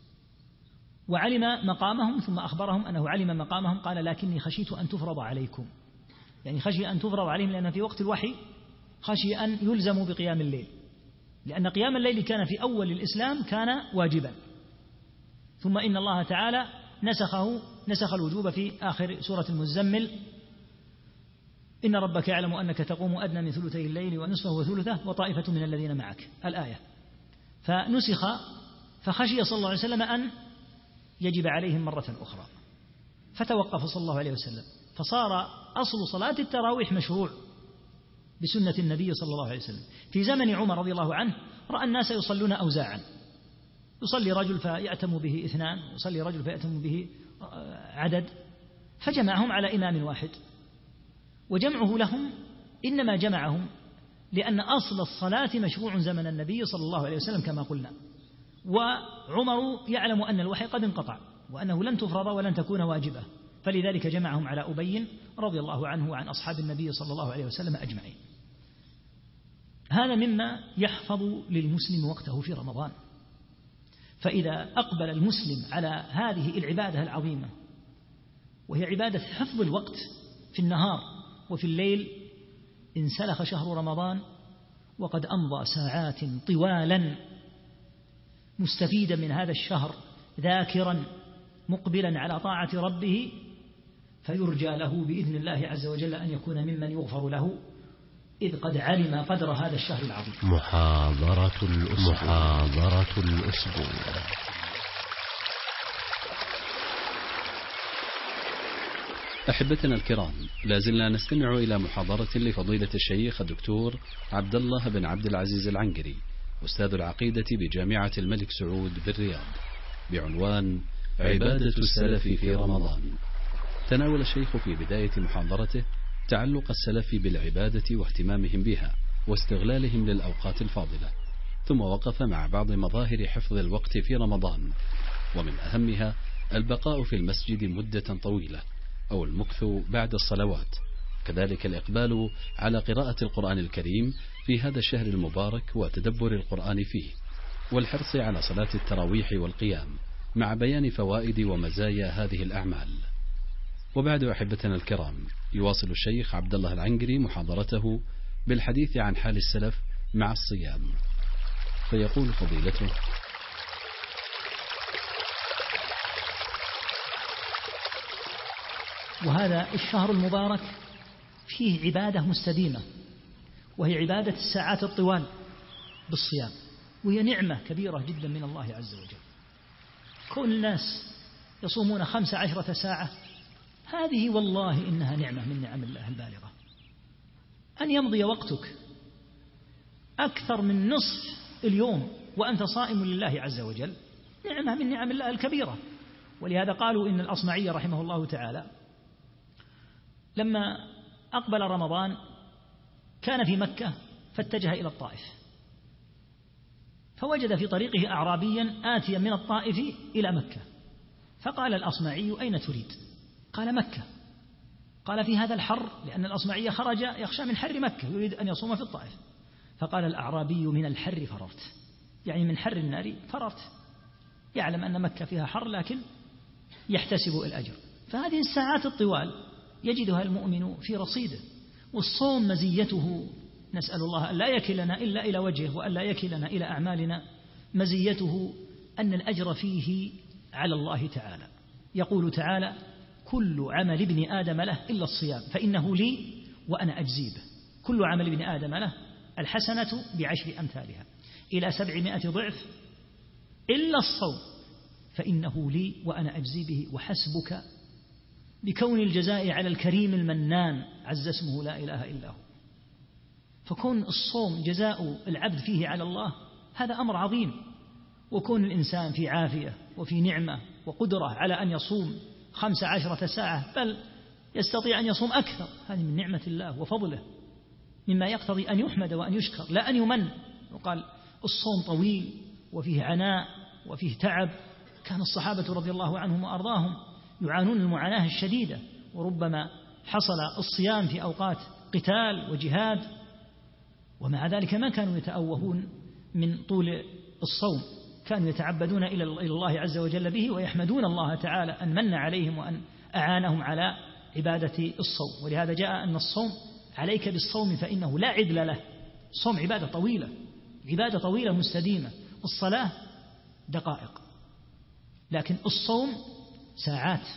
Speaker 9: وعلم مقامهم، ثم أخبرهم أنه علم مقامهم، قال لكني خشيت أن تفرض عليكم، يعني خشي أن تفرض عليهم، لأن في وقت الوحي خشي أن يلزموا بقيام الليل، لأن قيام الليل كان في أول الإسلام كان واجبا، ثم إن الله تعالى نسخ الوجوب في آخر سورة المزمل: إن ربك يعلم أنك تقوم أدنى من ثلثي الليل ونصفه وثلثه وطائفة من الذين معك، الآية. فنسخ، فخشي صلى الله عليه وسلم أن يجب عليهم مرة أخرى، فتوقف صلى الله عليه وسلم، فصار أصل صلاة التراويح مشروع بسنة النبي صلى الله عليه وسلم. في زمن عمر رضي الله عنه رأى الناس يصلون أوزاعا، يصلي رجل فيأتم به 2، يصلي رجل فيأتم به عدد، فجمعهم على إمام واحد. وجمعه لهم إنما جمعهم لأن أصل الصلاة مشروع زمن النبي صلى الله عليه وسلم كما قلنا، وعمر يعلم أن الوحي قد انقطع وأنه لن تفرض ولن تكون واجبة، فلذلك جمعهم على أبي رضي الله عنه وعن أصحاب النبي صلى الله عليه وسلم أجمعين. هذا مما يحفظ للمسلم وقته في رمضان. فإذا أقبل المسلم على هذه العبادة العظيمة، وهي عبادة حفظ الوقت في النهار وفي الليل، انسلخ شهر رمضان وقد أمضى ساعات طوالا مستفيدا من هذا الشهر، ذاكرا مقبلا على طاعة ربه، فيرجى له بإذن الله عز وجل أن يكون ممن يغفر له، إذ قد علم قدر هذا الشهر العظيم.
Speaker 3: محاضرة الأسبوع.
Speaker 8: أحبتنا الكرام، لازلنا نستمع إلى محاضرة لفضيلة الشيخ الدكتور عبد الله بن عبد العزيز العنقري، أستاذ العقيدة بجامعة الملك سعود بالرياض، بعنوان عبادة السلف في رمضان. تناول الشيخ في بداية محاضرته تعلق السلف بالعبادة واهتمامهم بها واستغلالهم للأوقات الفاضلة، ثم وقف مع بعض مظاهر حفظ الوقت في رمضان، ومن أهمها البقاء في المسجد مدة طويلة أو المكث بعد الصلوات، كذلك الإقبال على قراءة القرآن الكريم في هذا الشهر المبارك وتدبر القرآن فيه، والحرص على صلاة التراويح والقيام مع بيان فوائد ومزايا هذه الأعمال. وبعد أحبتنا الكرام، يواصل الشيخ عبد الله العنقري محاضرته بالحديث عن حال السلف مع الصيام، فيقول فضيلته:
Speaker 9: وهذا الشهر المبارك فيه عبادة مستديمة، وهي عبادة الساعات الطوال بالصيام، وهي نعمة كبيرة جدا من الله عز وجل. كون الناس يصومون 15 ساعة، هذه والله إنها نعمة من نعم الله البالغة. أن يمضي وقتك أكثر من نصف اليوم وأنت صائم لله عز وجل نعمة من نعم الله الكبيرة. ولهذا قالوا إن الأصمعي رحمه الله تعالى لما أقبل رمضان كان في مكة فاتجه إلى الطائف، فوجد في طريقه أعرابيا آتيا من الطائف إلى مكة، فقال الأصمعي: أين تريد؟ قال: مكة. قال: في هذا الحر؟ لأن الأصمعي خرج يخشى من حر مكة، يريد أن يصوم في الطائف. فقال الأعرابي: من الحر فررت، يعني من حر النار فررت، يعلم أن مكة فيها حر لكن يحتسب الأجر. فهذه الساعات الطوال يجدها المؤمن في رصيده. والصوم مزيته، نسأل الله أن لا يكلنا إلا إلى وجهه وأن لا يكلنا إلى أعمالنا، مزيته أن الأجر فيه على الله تعالى. يقول تعالى: كل عمل ابن آدم له إلا الصيام فإنه لي وأنا أجزي به. كل عمل ابن آدم له، الحسنة ب10 أمثالها إلى 700 ضعف إلا الصوم فإنه لي وأنا أجزي به. وحسبك بكون الجزاء على الكريم المنان عز اسمه لا إله إلا هو. فكون الصوم جزاء العبد فيه على الله هذا أمر عظيم. وكون الإنسان في عافية وفي نعمة وقدرة على أن يصوم 15 ساعة، بل يستطيع أن يصوم أكثر، هذه من نعمة الله وفضله، مما يقتضي أن يحمد وأن يشكر لا أن يمن. وقال: الصوم طويل وفيه عناء وفيه تعب. كان الصحابة رضي الله عنهم وأرضاهم يعانون المعاناة الشديدة، وربما حصل الصيام في أوقات قتال وجهاد، ومع ذلك ما كانوا يتأوهون من طول الصوم، كانوا يتعبدون إلى الله عز وجل به، ويحمدون الله تعالى أن من عليهم وأن أعانهم على عبادة الصوم. ولهذا جاء أن الصوم عليك بالصوم فإنه لا عدل له. الصوم عبادة طويلة، عبادة طويلة مستديمة. الصلاة دقائق، لكن الصوم ساعات،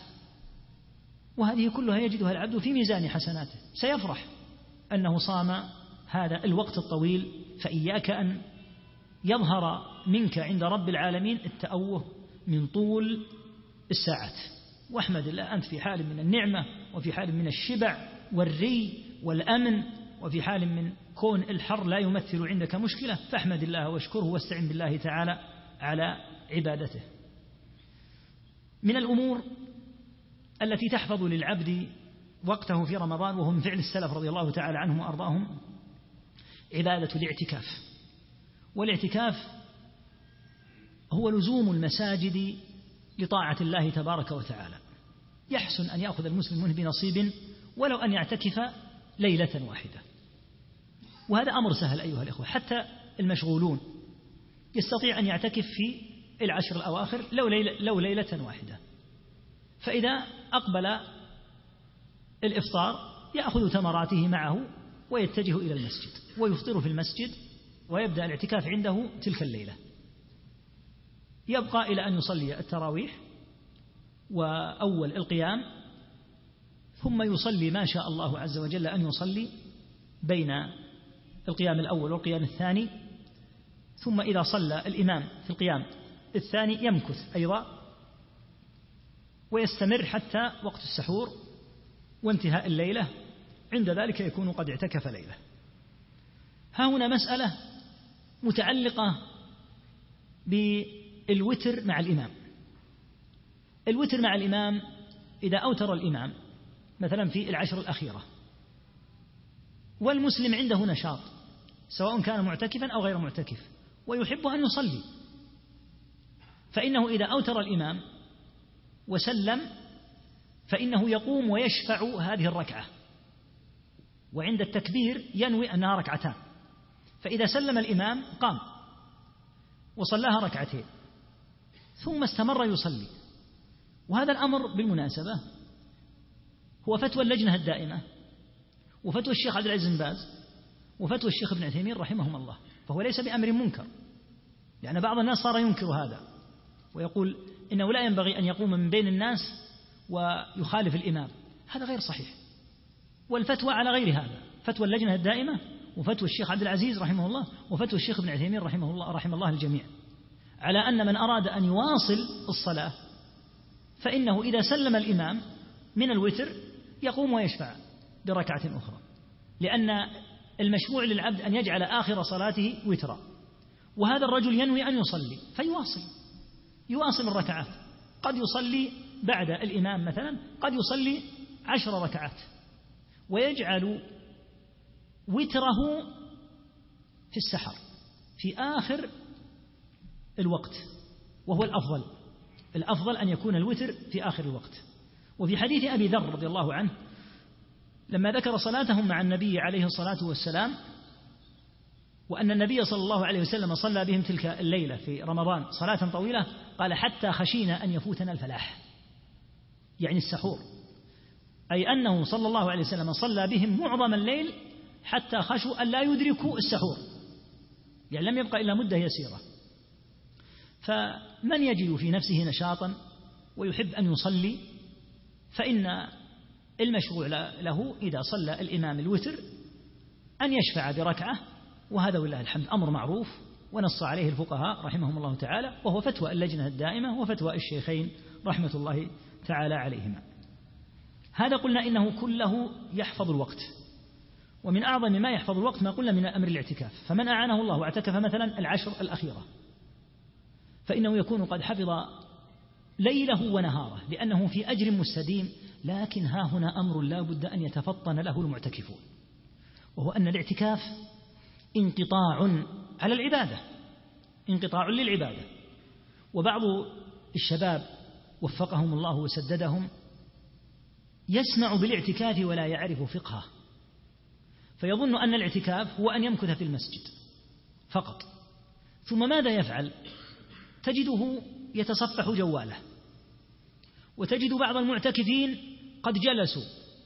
Speaker 9: وهذه كلها يجدها العبد في ميزان حسناته. سيفرح أنه صام هذا الوقت الطويل. فإياك أن يظهر منك عند رب العالمين التأوه من طول الساعات. واحمد الله، أنت في حال من النعمة وفي حال من الشبع والري والأمن، وفي حال من كون الحر لا يمثل عندك مشكلة، فاحمد الله واشكره واستعن بالله تعالى على عبادته. من الأمور التي تحفظ للعبد وقته في رمضان، وهو من فعل السلف رضي الله تعالى عنهم وأرضاهم، عبادة الاعتكاف. والاعتكاف هو لزوم المساجد لطاعة الله تبارك وتعالى. يحسن أن يأخذ المسلم منه بنصيب ولو أن يعتكف ليلة واحدة، وهذا أمر سهل أيها الأخوة. حتى المشغولون يستطيع أن يعتكف في 10 الأواخر لو ليلة واحدة. فإذا أقبل الإفطار يأخذ تمراته معه ويتجه إلى المسجد ويفطر في المسجد، ويبدأ الاعتكاف عنده تلك الليلة، يبقى إلى أن يصلي التراويح وأول القيام، ثم يصلي ما شاء الله عز وجل أن يصلي بين القيام الأول والقيام الثاني. ثم إذا صلى الإمام في القيام الثاني يمكث أيضا ويستمر حتى وقت السحور وانتهاء الليلة. عند ذلك يكون قد اعتكف ليلة. ها هنا مسألة متعلقة بالوتر مع الإمام. الوتر مع الإمام إذا أوتر الإمام مثلا في 10 الأخيرة، والمسلم عنده نشاط سواء كان معتكفا أو غير معتكف ويحب أن يصلي، فإنه إذا أوتر الإمام وسلم فإنه يقوم ويشفع هذه الركعة، وعند التكبير ينوي أنها ركعتان، فإذا سلم الإمام قام وصلاها ركعتين ثم استمر يصلي. وهذا الأمر بالمناسبة هو فتوى اللجنة الدائمة وفتوى الشيخ عبد العزيز بن باز وفتوى الشيخ ابن عثيمين رحمهم الله، فهو ليس بأمر منكر، لأن بعض الناس صار ينكر هذا ويقول إنه لا ينبغي أن يقوم من بين الناس ويخالف الإمام، هذا غير صحيح. والفتوى على غير هذا، فتوى اللجنة الدائمة وفتوى الشيخ عبد العزيز رحمه الله وفتوى الشيخ ابن عثيمين رحمه الله الجميع، على أن من أراد أن يواصل الصلاة فإنه إذا سلم الإمام من الوتر يقوم ويشفع بركعة أخرى، لأن المشروع للعبد أن يجعل آخر صلاته وترا، وهذا الرجل ينوي أن يصلي يواصل الركعات، قد يصلي بعد الإمام مثلا قد يصلي 10 ركعات، ويجعل وتره في السحر في آخر الوقت، وهو الأفضل أن يكون الوتر في آخر الوقت. وفي حديث أبي ذر رضي الله عنه لما ذكر صلاتهم مع النبي عليه الصلاة والسلام، وأن النبي صلى الله عليه وسلم صلى بهم تلك الليلة في رمضان صلاة طويلة، قال حتى خشينا أن يفوتنا الفلاح، يعني السحور، أي أنه صلى الله عليه وسلم صلى بهم معظم الليل حتى خشوا أن لا يدركوا السحور، يعني لم يبقى إلا مدة يسيرة. فمن يجد في نفسه نشاطا ويحب أن يصلي فإن المشروع له إذا صلى الإمام الوتر أن يشفع بركعة، وهذا والله الحمد أمر معروف ونص عليه الفقهاء رحمهم الله تعالى، وهو فتوى اللجنة الدائمة وفتوى الشيخين رحمة الله تعالى عليهما. هذا قلنا إنه كله يحفظ الوقت، ومن أعظم ما يحفظ الوقت ما قلنا من أمر الاعتكاف، فمن أعانه الله واعتكف مثلا 10 الأخيرة فإنه يكون قد حفظ ليله ونهاره، لأنه في أجر مستديم. لكن ها هنا أمر لا بد أن يتفطن له المعتكفون، وهو أن الاعتكاف انقطاع على العبادة، انقطاع للعبادة. وبعض الشباب وفقهم الله وسددهم يسمع بالاعتكاف ولا يعرف فقهه، فيظن أن الاعتكاف هو أن يمكث في المسجد فقط، ثم ماذا يفعل؟ تجده يتصفح جواله، وتجد بعض المعتكفين قد جلسوا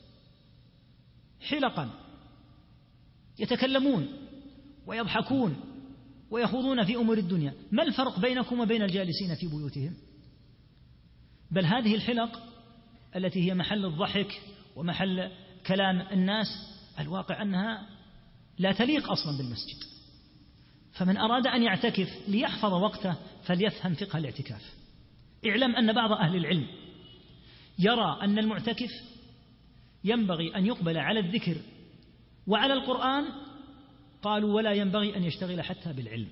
Speaker 9: حلقا يتكلمون ويضحكون ويخوضون في أمور الدنيا. ما الفرق بينكم وبين الجالسين في بيوتهم؟ بل هذه الحلق التي هي محل الضحك ومحل كلام الناس الواقع أنها لا تليق أصلا بالمسجد. فمن أراد أن يعتكف ليحفظ وقته فليفهم فقه الاعتكاف. اعلم أن بعض أهل العلم يرى أن المعتكف ينبغي أن يقبل على الذكر وعلى القرآن، قالوا ولا ينبغي أن يشتغل حتى بالعلم،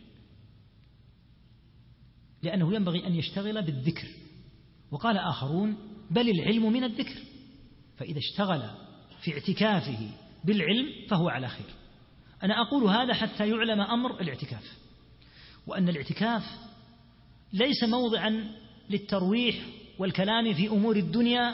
Speaker 9: لأنه ينبغي أن يشتغل بالذكر. وقال آخرون بل العلم من الذكر، فإذا اشتغل في اعتكافه بالعلم فهو على خير. أنا أقول هذا حتى يعلم أمر الاعتكاف، وأن الاعتكاف ليس موضعا للترويح والكلام في أمور الدنيا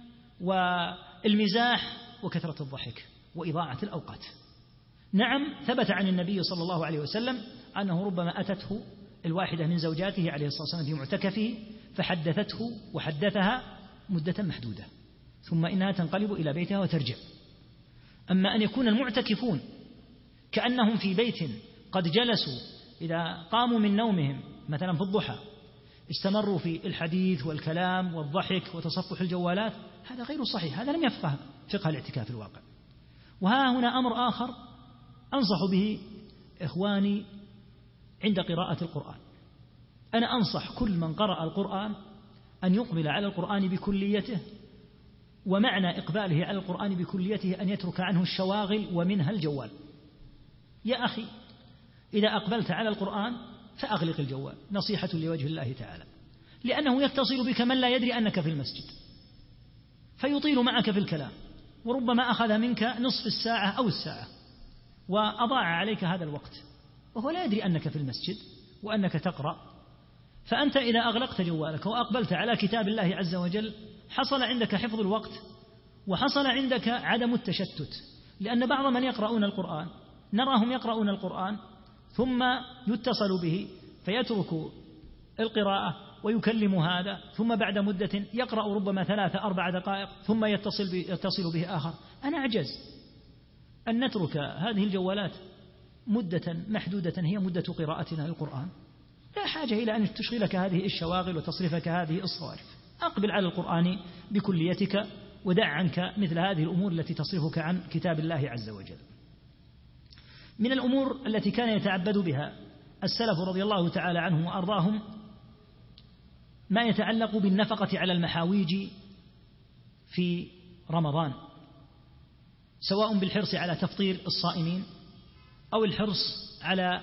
Speaker 9: والمزاح وكثرة الضحك وإضاعة الأوقات. نعم ثبت عن النبي صلى الله عليه وسلم أنه ربما أتته الواحدة من زوجاته عليه الصلاة والسلام في معتكفه فحدثته وحدثها مدة محدودة ثم إنها تنقلب إلى بيتها وترجع. أما أن يكون المعتكفون كأنهم في بيت قد جلسوا إذا قاموا من نومهم مثلا في الضحى استمروا في الحديث والكلام والضحك وتصفح الجوالات، هذا غير صحيح، هذا لم يفقه فقه الاعتكاف الواقع. وها هنا أمر آخر أنصح به إخواني عند قراءة القرآن. أنا أنصح كل من قرأ القرآن أن يقبل على القرآن بكليته، ومعنى إقباله على القرآن بكليته أن يترك عنه الشواغل ومنها الجوال. يا أخي إذا أقبلت على القرآن فأغلق الجوال، نصيحة لوجه الله تعالى، لأنه يتصل بك من لا يدري أنك في المسجد فيطيل معك في الكلام، وربما أخذ منك نصف الساعة أو الساعة وأضاع عليك هذا الوقت وهو لا يدري أنك في المسجد وأنك تقرأ. فأنت إذا أغلقت جوالك وأقبلت على كتاب الله عز وجل حصل عندك حفظ الوقت وحصل عندك عدم التشتت، لأن بعض من يقرؤون القرآن نراهم يقرؤون القرآن ثم يتصل به فيترك القراءة ويكلم هذا، ثم بعد مدة يقرأ ربما 3-4 دقائق ثم يتصل به آخر. أنا أعجز أن نترك هذه الجوالات مدة محدودة هي مدة قراءتنا للقرآن. لا حاجة إلى أن تشغلك هذه الشواغل وتصرفك هذه الصوارف. أقبل على القرآن بكليتك ودع عنك مثل هذه الأمور التي تصرفك عن كتاب الله عز وجل. من الأمور التي كان يتعبد بها السلف رضي الله تعالى عنهم وأرضاهم ما يتعلق بالنفقة على المحاويج في رمضان، سواء بالحرص على تفطير الصائمين أو الحرص على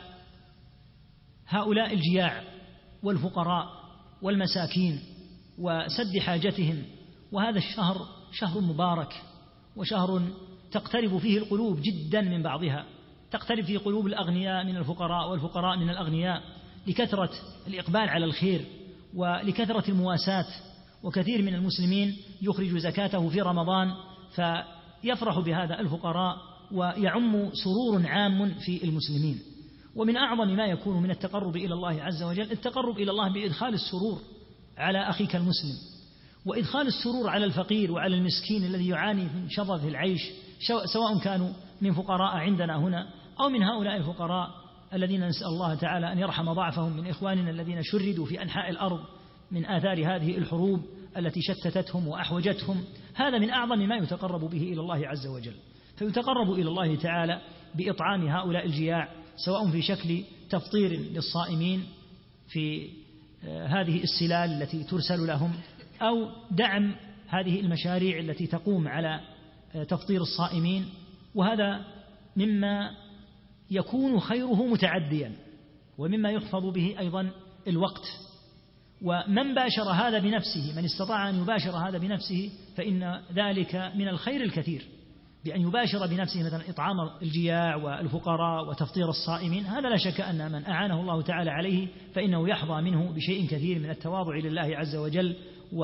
Speaker 9: هؤلاء الجياع والفقراء والمساكين وسد حاجتهم. وهذا الشهر شهر مبارك وشهر تقترب فيه القلوب جدا من بعضها، تقترب فيه قلوب الأغنياء من الفقراء والفقراء من الأغنياء لكثرة الإقبال على الخير ولكثرة المواساة. وكثير من المسلمين يخرج زكاته في رمضان فيفرح بهذا الفقراء ويعم سرور عام في المسلمين. ومن أعظم ما يكون من التقرب إلى الله عز وجل التقرب إلى الله بإدخال السرور على أخيك المسلم، وإدخال السرور على الفقير وعلى المسكين الذي يعاني من شظف العيش، سواء كانوا من فقراء عندنا هنا أو من هؤلاء الفقراء الذين نسأل الله تعالى أن يرحم ضعفهم من إخواننا الذين شردوا في أنحاء الأرض من آثار هذه الحروب التي شتتتهم وأحوجتهم. هذا من أعظم ما يتقرب به إلى الله عز وجل. فيتقرب إلى الله تعالى بإطعام هؤلاء الجياع، سواء في شكل تفطير للصائمين في هذه السلال التي ترسل لهم، أو دعم هذه المشاريع التي تقوم على تفطير الصائمين. وهذا مما يكون خيره متعديا ومما يحفظ به أيضا الوقت. ومن باشر هذا بنفسه، من استطاع أن يباشر هذا بنفسه فإن ذلك من الخير الكثير، بأن يباشر بنفسه مثلا إطعام الجياع والفقراء وتفطير الصائمين. هذا لا شك أن من أعانه الله تعالى عليه فإنه يحظى منه بشيء كثير من التواضع لله عز وجل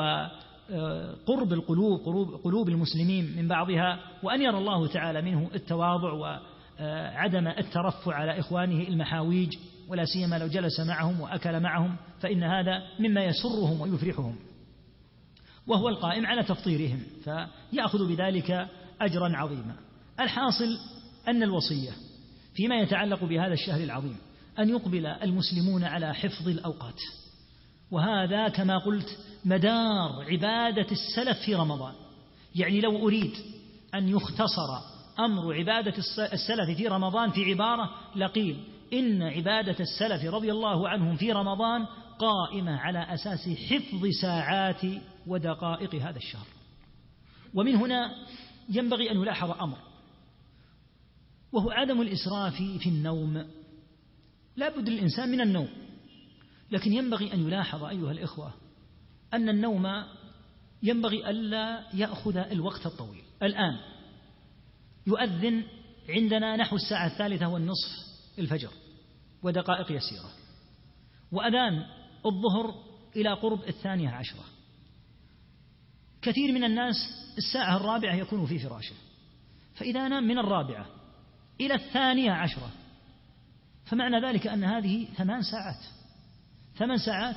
Speaker 9: وقرب القلوب، قلوب المسلمين من بعضها، وأن يرى الله تعالى منه التواضع وعدم الترفع على إخوانه المحاويج، ولا سيما لو جلس معهم وأكل معهم، فإن هذا مما يسرهم ويفرحهم، وهو القائم على تفطيرهم فيأخذ بذلك أجرا عظيما. الحاصل أن الوصية فيما يتعلق بهذا الشهر العظيم أن يقبل المسلمون على حفظ الأوقات، وهذا كما قلت مدار عبادة السلف في رمضان. يعني لو أريد أن يختصر أمر عبادة السلف في رمضان في عبارة لقيل إن عبادة السلف رضي الله عنهم في رمضان قائمة على أساس حفظ ساعات ودقائق هذا الشهر. ومن هنا ينبغي أن يلاحظ أمر، وهو عدم الإسراف في النوم. لا بد للإنسان من النوم، لكن ينبغي أن يلاحظ أيها الإخوة أن النوم ينبغي ألا يأخذ الوقت الطويل. الآن يؤذن عندنا نحو 3:30 الفجر ودقائق يسيرة، وأذان الظهر إلى قرب 12. كثير من الناس 4:00 يكون في فراشه، فإذا نام من 4 إلى 12 فمعنى ذلك أن هذه 8 ساعات. 8 ساعات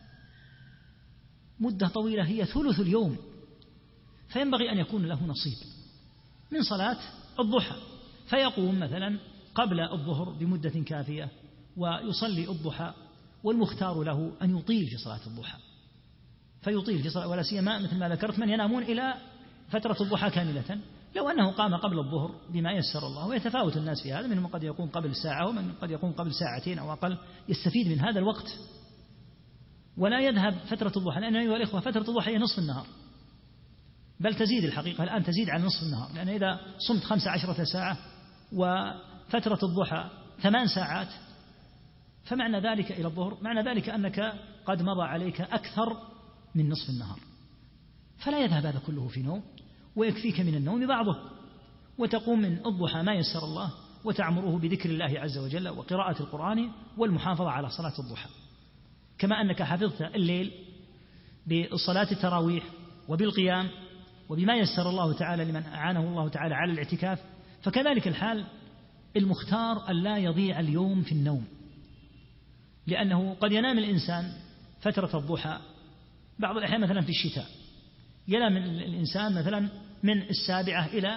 Speaker 9: مدة طويلة، هي ثلث اليوم. فينبغي أن يكون له نصيب من صلاة الضحى، فيقوم مثلا قبل الظهر بمدة كافية ويصلي الضحى، والمختار له أن يطيل في صلاة الضحى، فيطيل في صلاة، ولا سيما مثل ما ذكرت من ينامون إلى فترة الضحى كاملة. لو أنه قام قبل الظهر بما يسر الله، ويتفاوت الناس في هذا، منهم قد يقوم قبل ساعة ومن قد يقوم قبل 2 أو أقل، يستفيد من هذا الوقت ولا يذهب فترة الضحى. لأن أيها الإخوة فترة الضحى هي نصف النهار، بل تزيد الحقيقة الآن، تزيد عن نصف النهار، لأن إذا صمت 15 ساعة وفترة الضحى 8 ساعات فمعنى ذلك إلى الظهر معنى ذلك أنك قد مضى عليك أكثر من نصف النهار. فلا يذهب هذا كله في نوم، ويكفيك من النوم بعضه، وتقوم من الضحى ما يسر الله، وتعمره بذكر الله عز وجل وقراءة القرآن والمحافظة على صلاة الضحى. كما أنك حفظت الليل بالصلاة التراويح وبالقيام وبما يسر الله تعالى لمن أعانه الله تعالى على الاعتكاف، فكذلك الحال المختار أن لا يضيع اليوم في النوم، لأنه قد ينام الإنسان فترة الضحى، بعض الأحيان مثلا في الشتاء ينام الإنسان مثلا من 7 إلى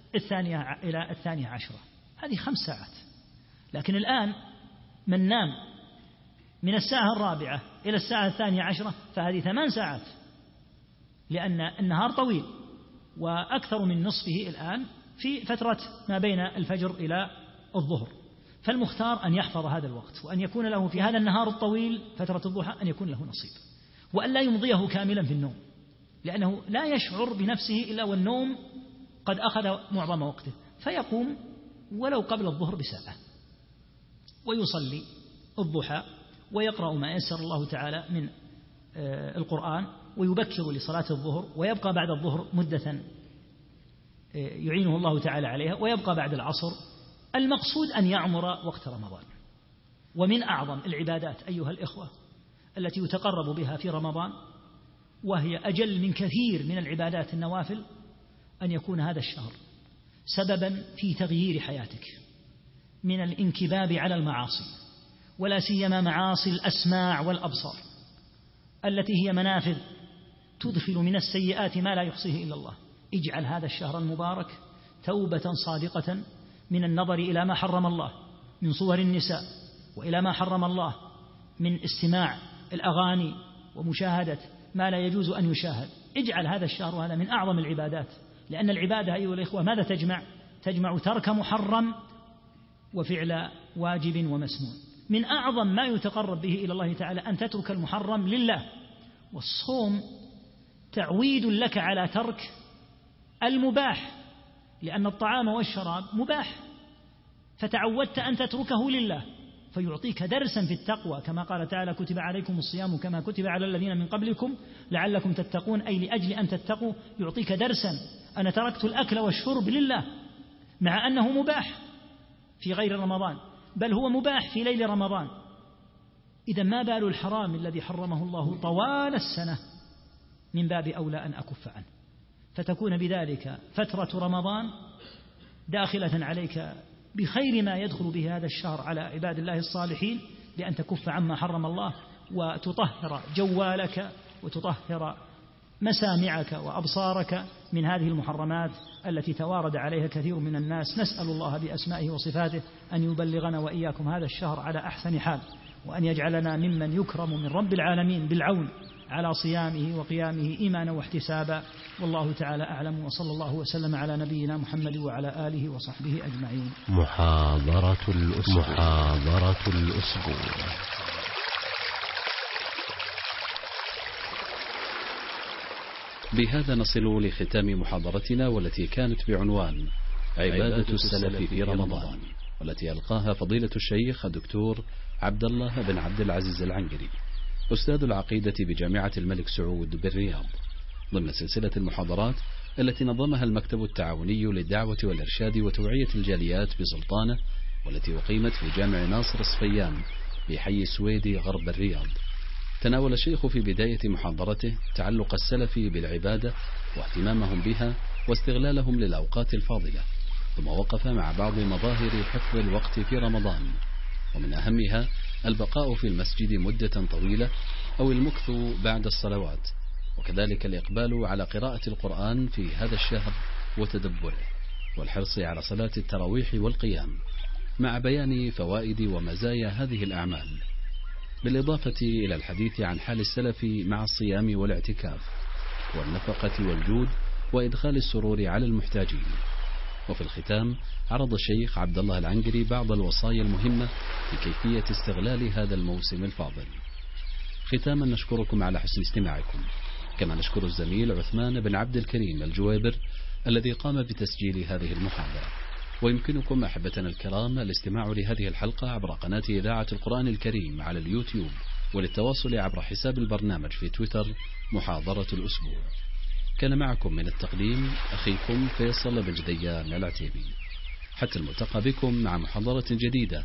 Speaker 9: 12 هذه 5 ساعات. لكن الآن من نام من 4:00 إلى 12:00 فهذه 8 ساعات، لأن النهار طويل وأكثر من نصفه الآن في فترة ما بين الفجر إلى الظهر، فالمختار أن يحفظ هذا الوقت، وأن يكون له في هذا النهار الطويل فترة الضحى أن يكون له نصيب، وأن لا يمضيه كاملا في النوم، لأنه لا يشعر بنفسه إلا والنوم قد أخذ معظم وقته، فيقوم ولو قبل الظهر بساعة ويصلي الضحى ويقرأ ما يسر الله تعالى من القرآن، ويبكر لصلاة الظهر، ويبقى بعد الظهر مدة يعينه الله تعالى عليها، ويبقى بعد العصر. المقصود أن يعمر وقت رمضان. ومن أعظم العبادات أيها الإخوة التي يتقرب بها في رمضان، وهي أجل من كثير من العبادات النوافل، أن يكون هذا الشهر سببا في تغيير حياتك من الانكباب على المعاصي، ولا سيما معاصي الأسماع والأبصار التي هي منافذ تدخل من السيئات ما لا يحصيه إلا الله. اجعل هذا الشهر المبارك توبة صادقة من النظر إلى ما حرم الله من صور النساء، وإلى ما حرم الله من استماع الأغاني ومشاهدة ما لا يجوز أن يشاهد. اجعل هذا الشهر، وهذا من أعظم العبادات، لأن العبادة أيها الإخوة ماذا تجمع؟ تجمع ترك محرم وفعل واجب ومسنون. من أعظم ما يتقرب به إلى الله تعالى أن تترك المحرم لله، والصوم تعويد لك على ترك المباح، لأن الطعام والشراب مباح، فتعودت أن تتركه لله، فيعطيك درسا في التقوى، كما قال تعالى: كتب عليكم الصيام كما كتب على الذين من قبلكم لعلكم تتقون، أي لأجل أن تتقوا. يعطيك درسا: أنا تركت الأكل والشرب لله، مع أنه مباح في غير رمضان، بل هو مباح في ليل رمضان. إذا ما بال الحرام الذي حرمه الله طوال السنة؟ من باب أولى أن أكف عنه، فتكون بذلك فترة رمضان داخلة عليك بخير ما يدخل به هذا الشهر على عباد الله الصالحين، بأن تكف عما حرم الله، وتطهر جوالك وتطهر مسامعك وأبصارك من هذه المحرمات التي توارد عليها كثير من الناس. نسأل الله بأسمائه وصفاته أن يبلغنا وإياكم هذا الشهر على أحسن حال، وأن يجعلنا ممن يكرم من رب العالمين بالعون على صيامه وقيامه إيمانا واحتسابا. والله تعالى أعلم، وصلى الله وسلم على نبينا محمد وعلى آله وصحبه أجمعين.
Speaker 3: محاضرة الأسبوع.
Speaker 8: بهذا نصل لختام محاضرتنا، والتي كانت بعنوان عبادة السلف في رمضان، والتي ألقاها فضيلة الشيخ الدكتور عبد الله بن عبد العزيز العنقري، أستاذ العقيدة بجامعة الملك سعود بالرياض، ضمن سلسلة المحاضرات التي نظمها المكتب التعاوني للدعوة والإرشاد وتوعية الجاليات بسلطانة، والتي أقيمت في جامع ناصر الصفيان بحي سويدي غرب الرياض. تناول الشيخ في بداية محاضرته تعلق السلف بالعبادة واهتمامهم بها واستغلالهم للأوقات الفاضلة، ثم وقف مع بعض مظاهر حفظ الوقت في رمضان، ومن أهمها البقاء في المسجد مدة طويلة أو المكث بعد الصلوات، وكذلك الإقبال على قراءة القرآن في هذا الشهر وتدبره، والحرص على صلاة التراويح والقيام، مع بيان فوائد ومزايا هذه الأعمال، بالإضافة إلى الحديث عن حال السلف مع الصيام والاعتكاف والنفقة والجود وإدخال السرور على المحتاجين. وفي الختام عرض الشيخ عبد الله العنقري بعض الوصايا المهمة في كيفية استغلال هذا الموسم الفاضل. ختاما نشكركم على حسن استماعكم، كما نشكر الزميل عثمان بن عبد الكريم الجويبر الذي قام بتسجيل هذه المحاضرة. ويمكنكم أحبتنا الكرام الاستماع لهذه الحلقة عبر قناة إذاعة القرآن الكريم على اليوتيوب، وللتواصل عبر حساب البرنامج في تويتر محاضرة الأسبوع. كان معكم من التقديم أخيكم فيصل بن جديان العتيبي. حتى الملتقى بكم مع محاضرة جديدة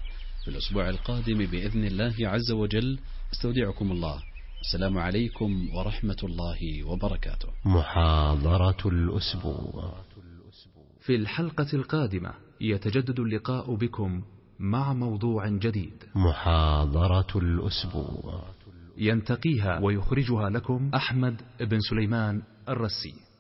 Speaker 8: في الأسبوع القادم بإذن الله عز وجل. استودعكم الله. السلام عليكم ورحمة الله وبركاته.
Speaker 3: محاضرة الأسبوع.
Speaker 1: في الحلقة القادمة يتجدد اللقاء بكم مع موضوع جديد.
Speaker 3: محاضرة الأسبوع
Speaker 1: ينتقيها ويخرجها لكم أحمد بن سليمان الرسي.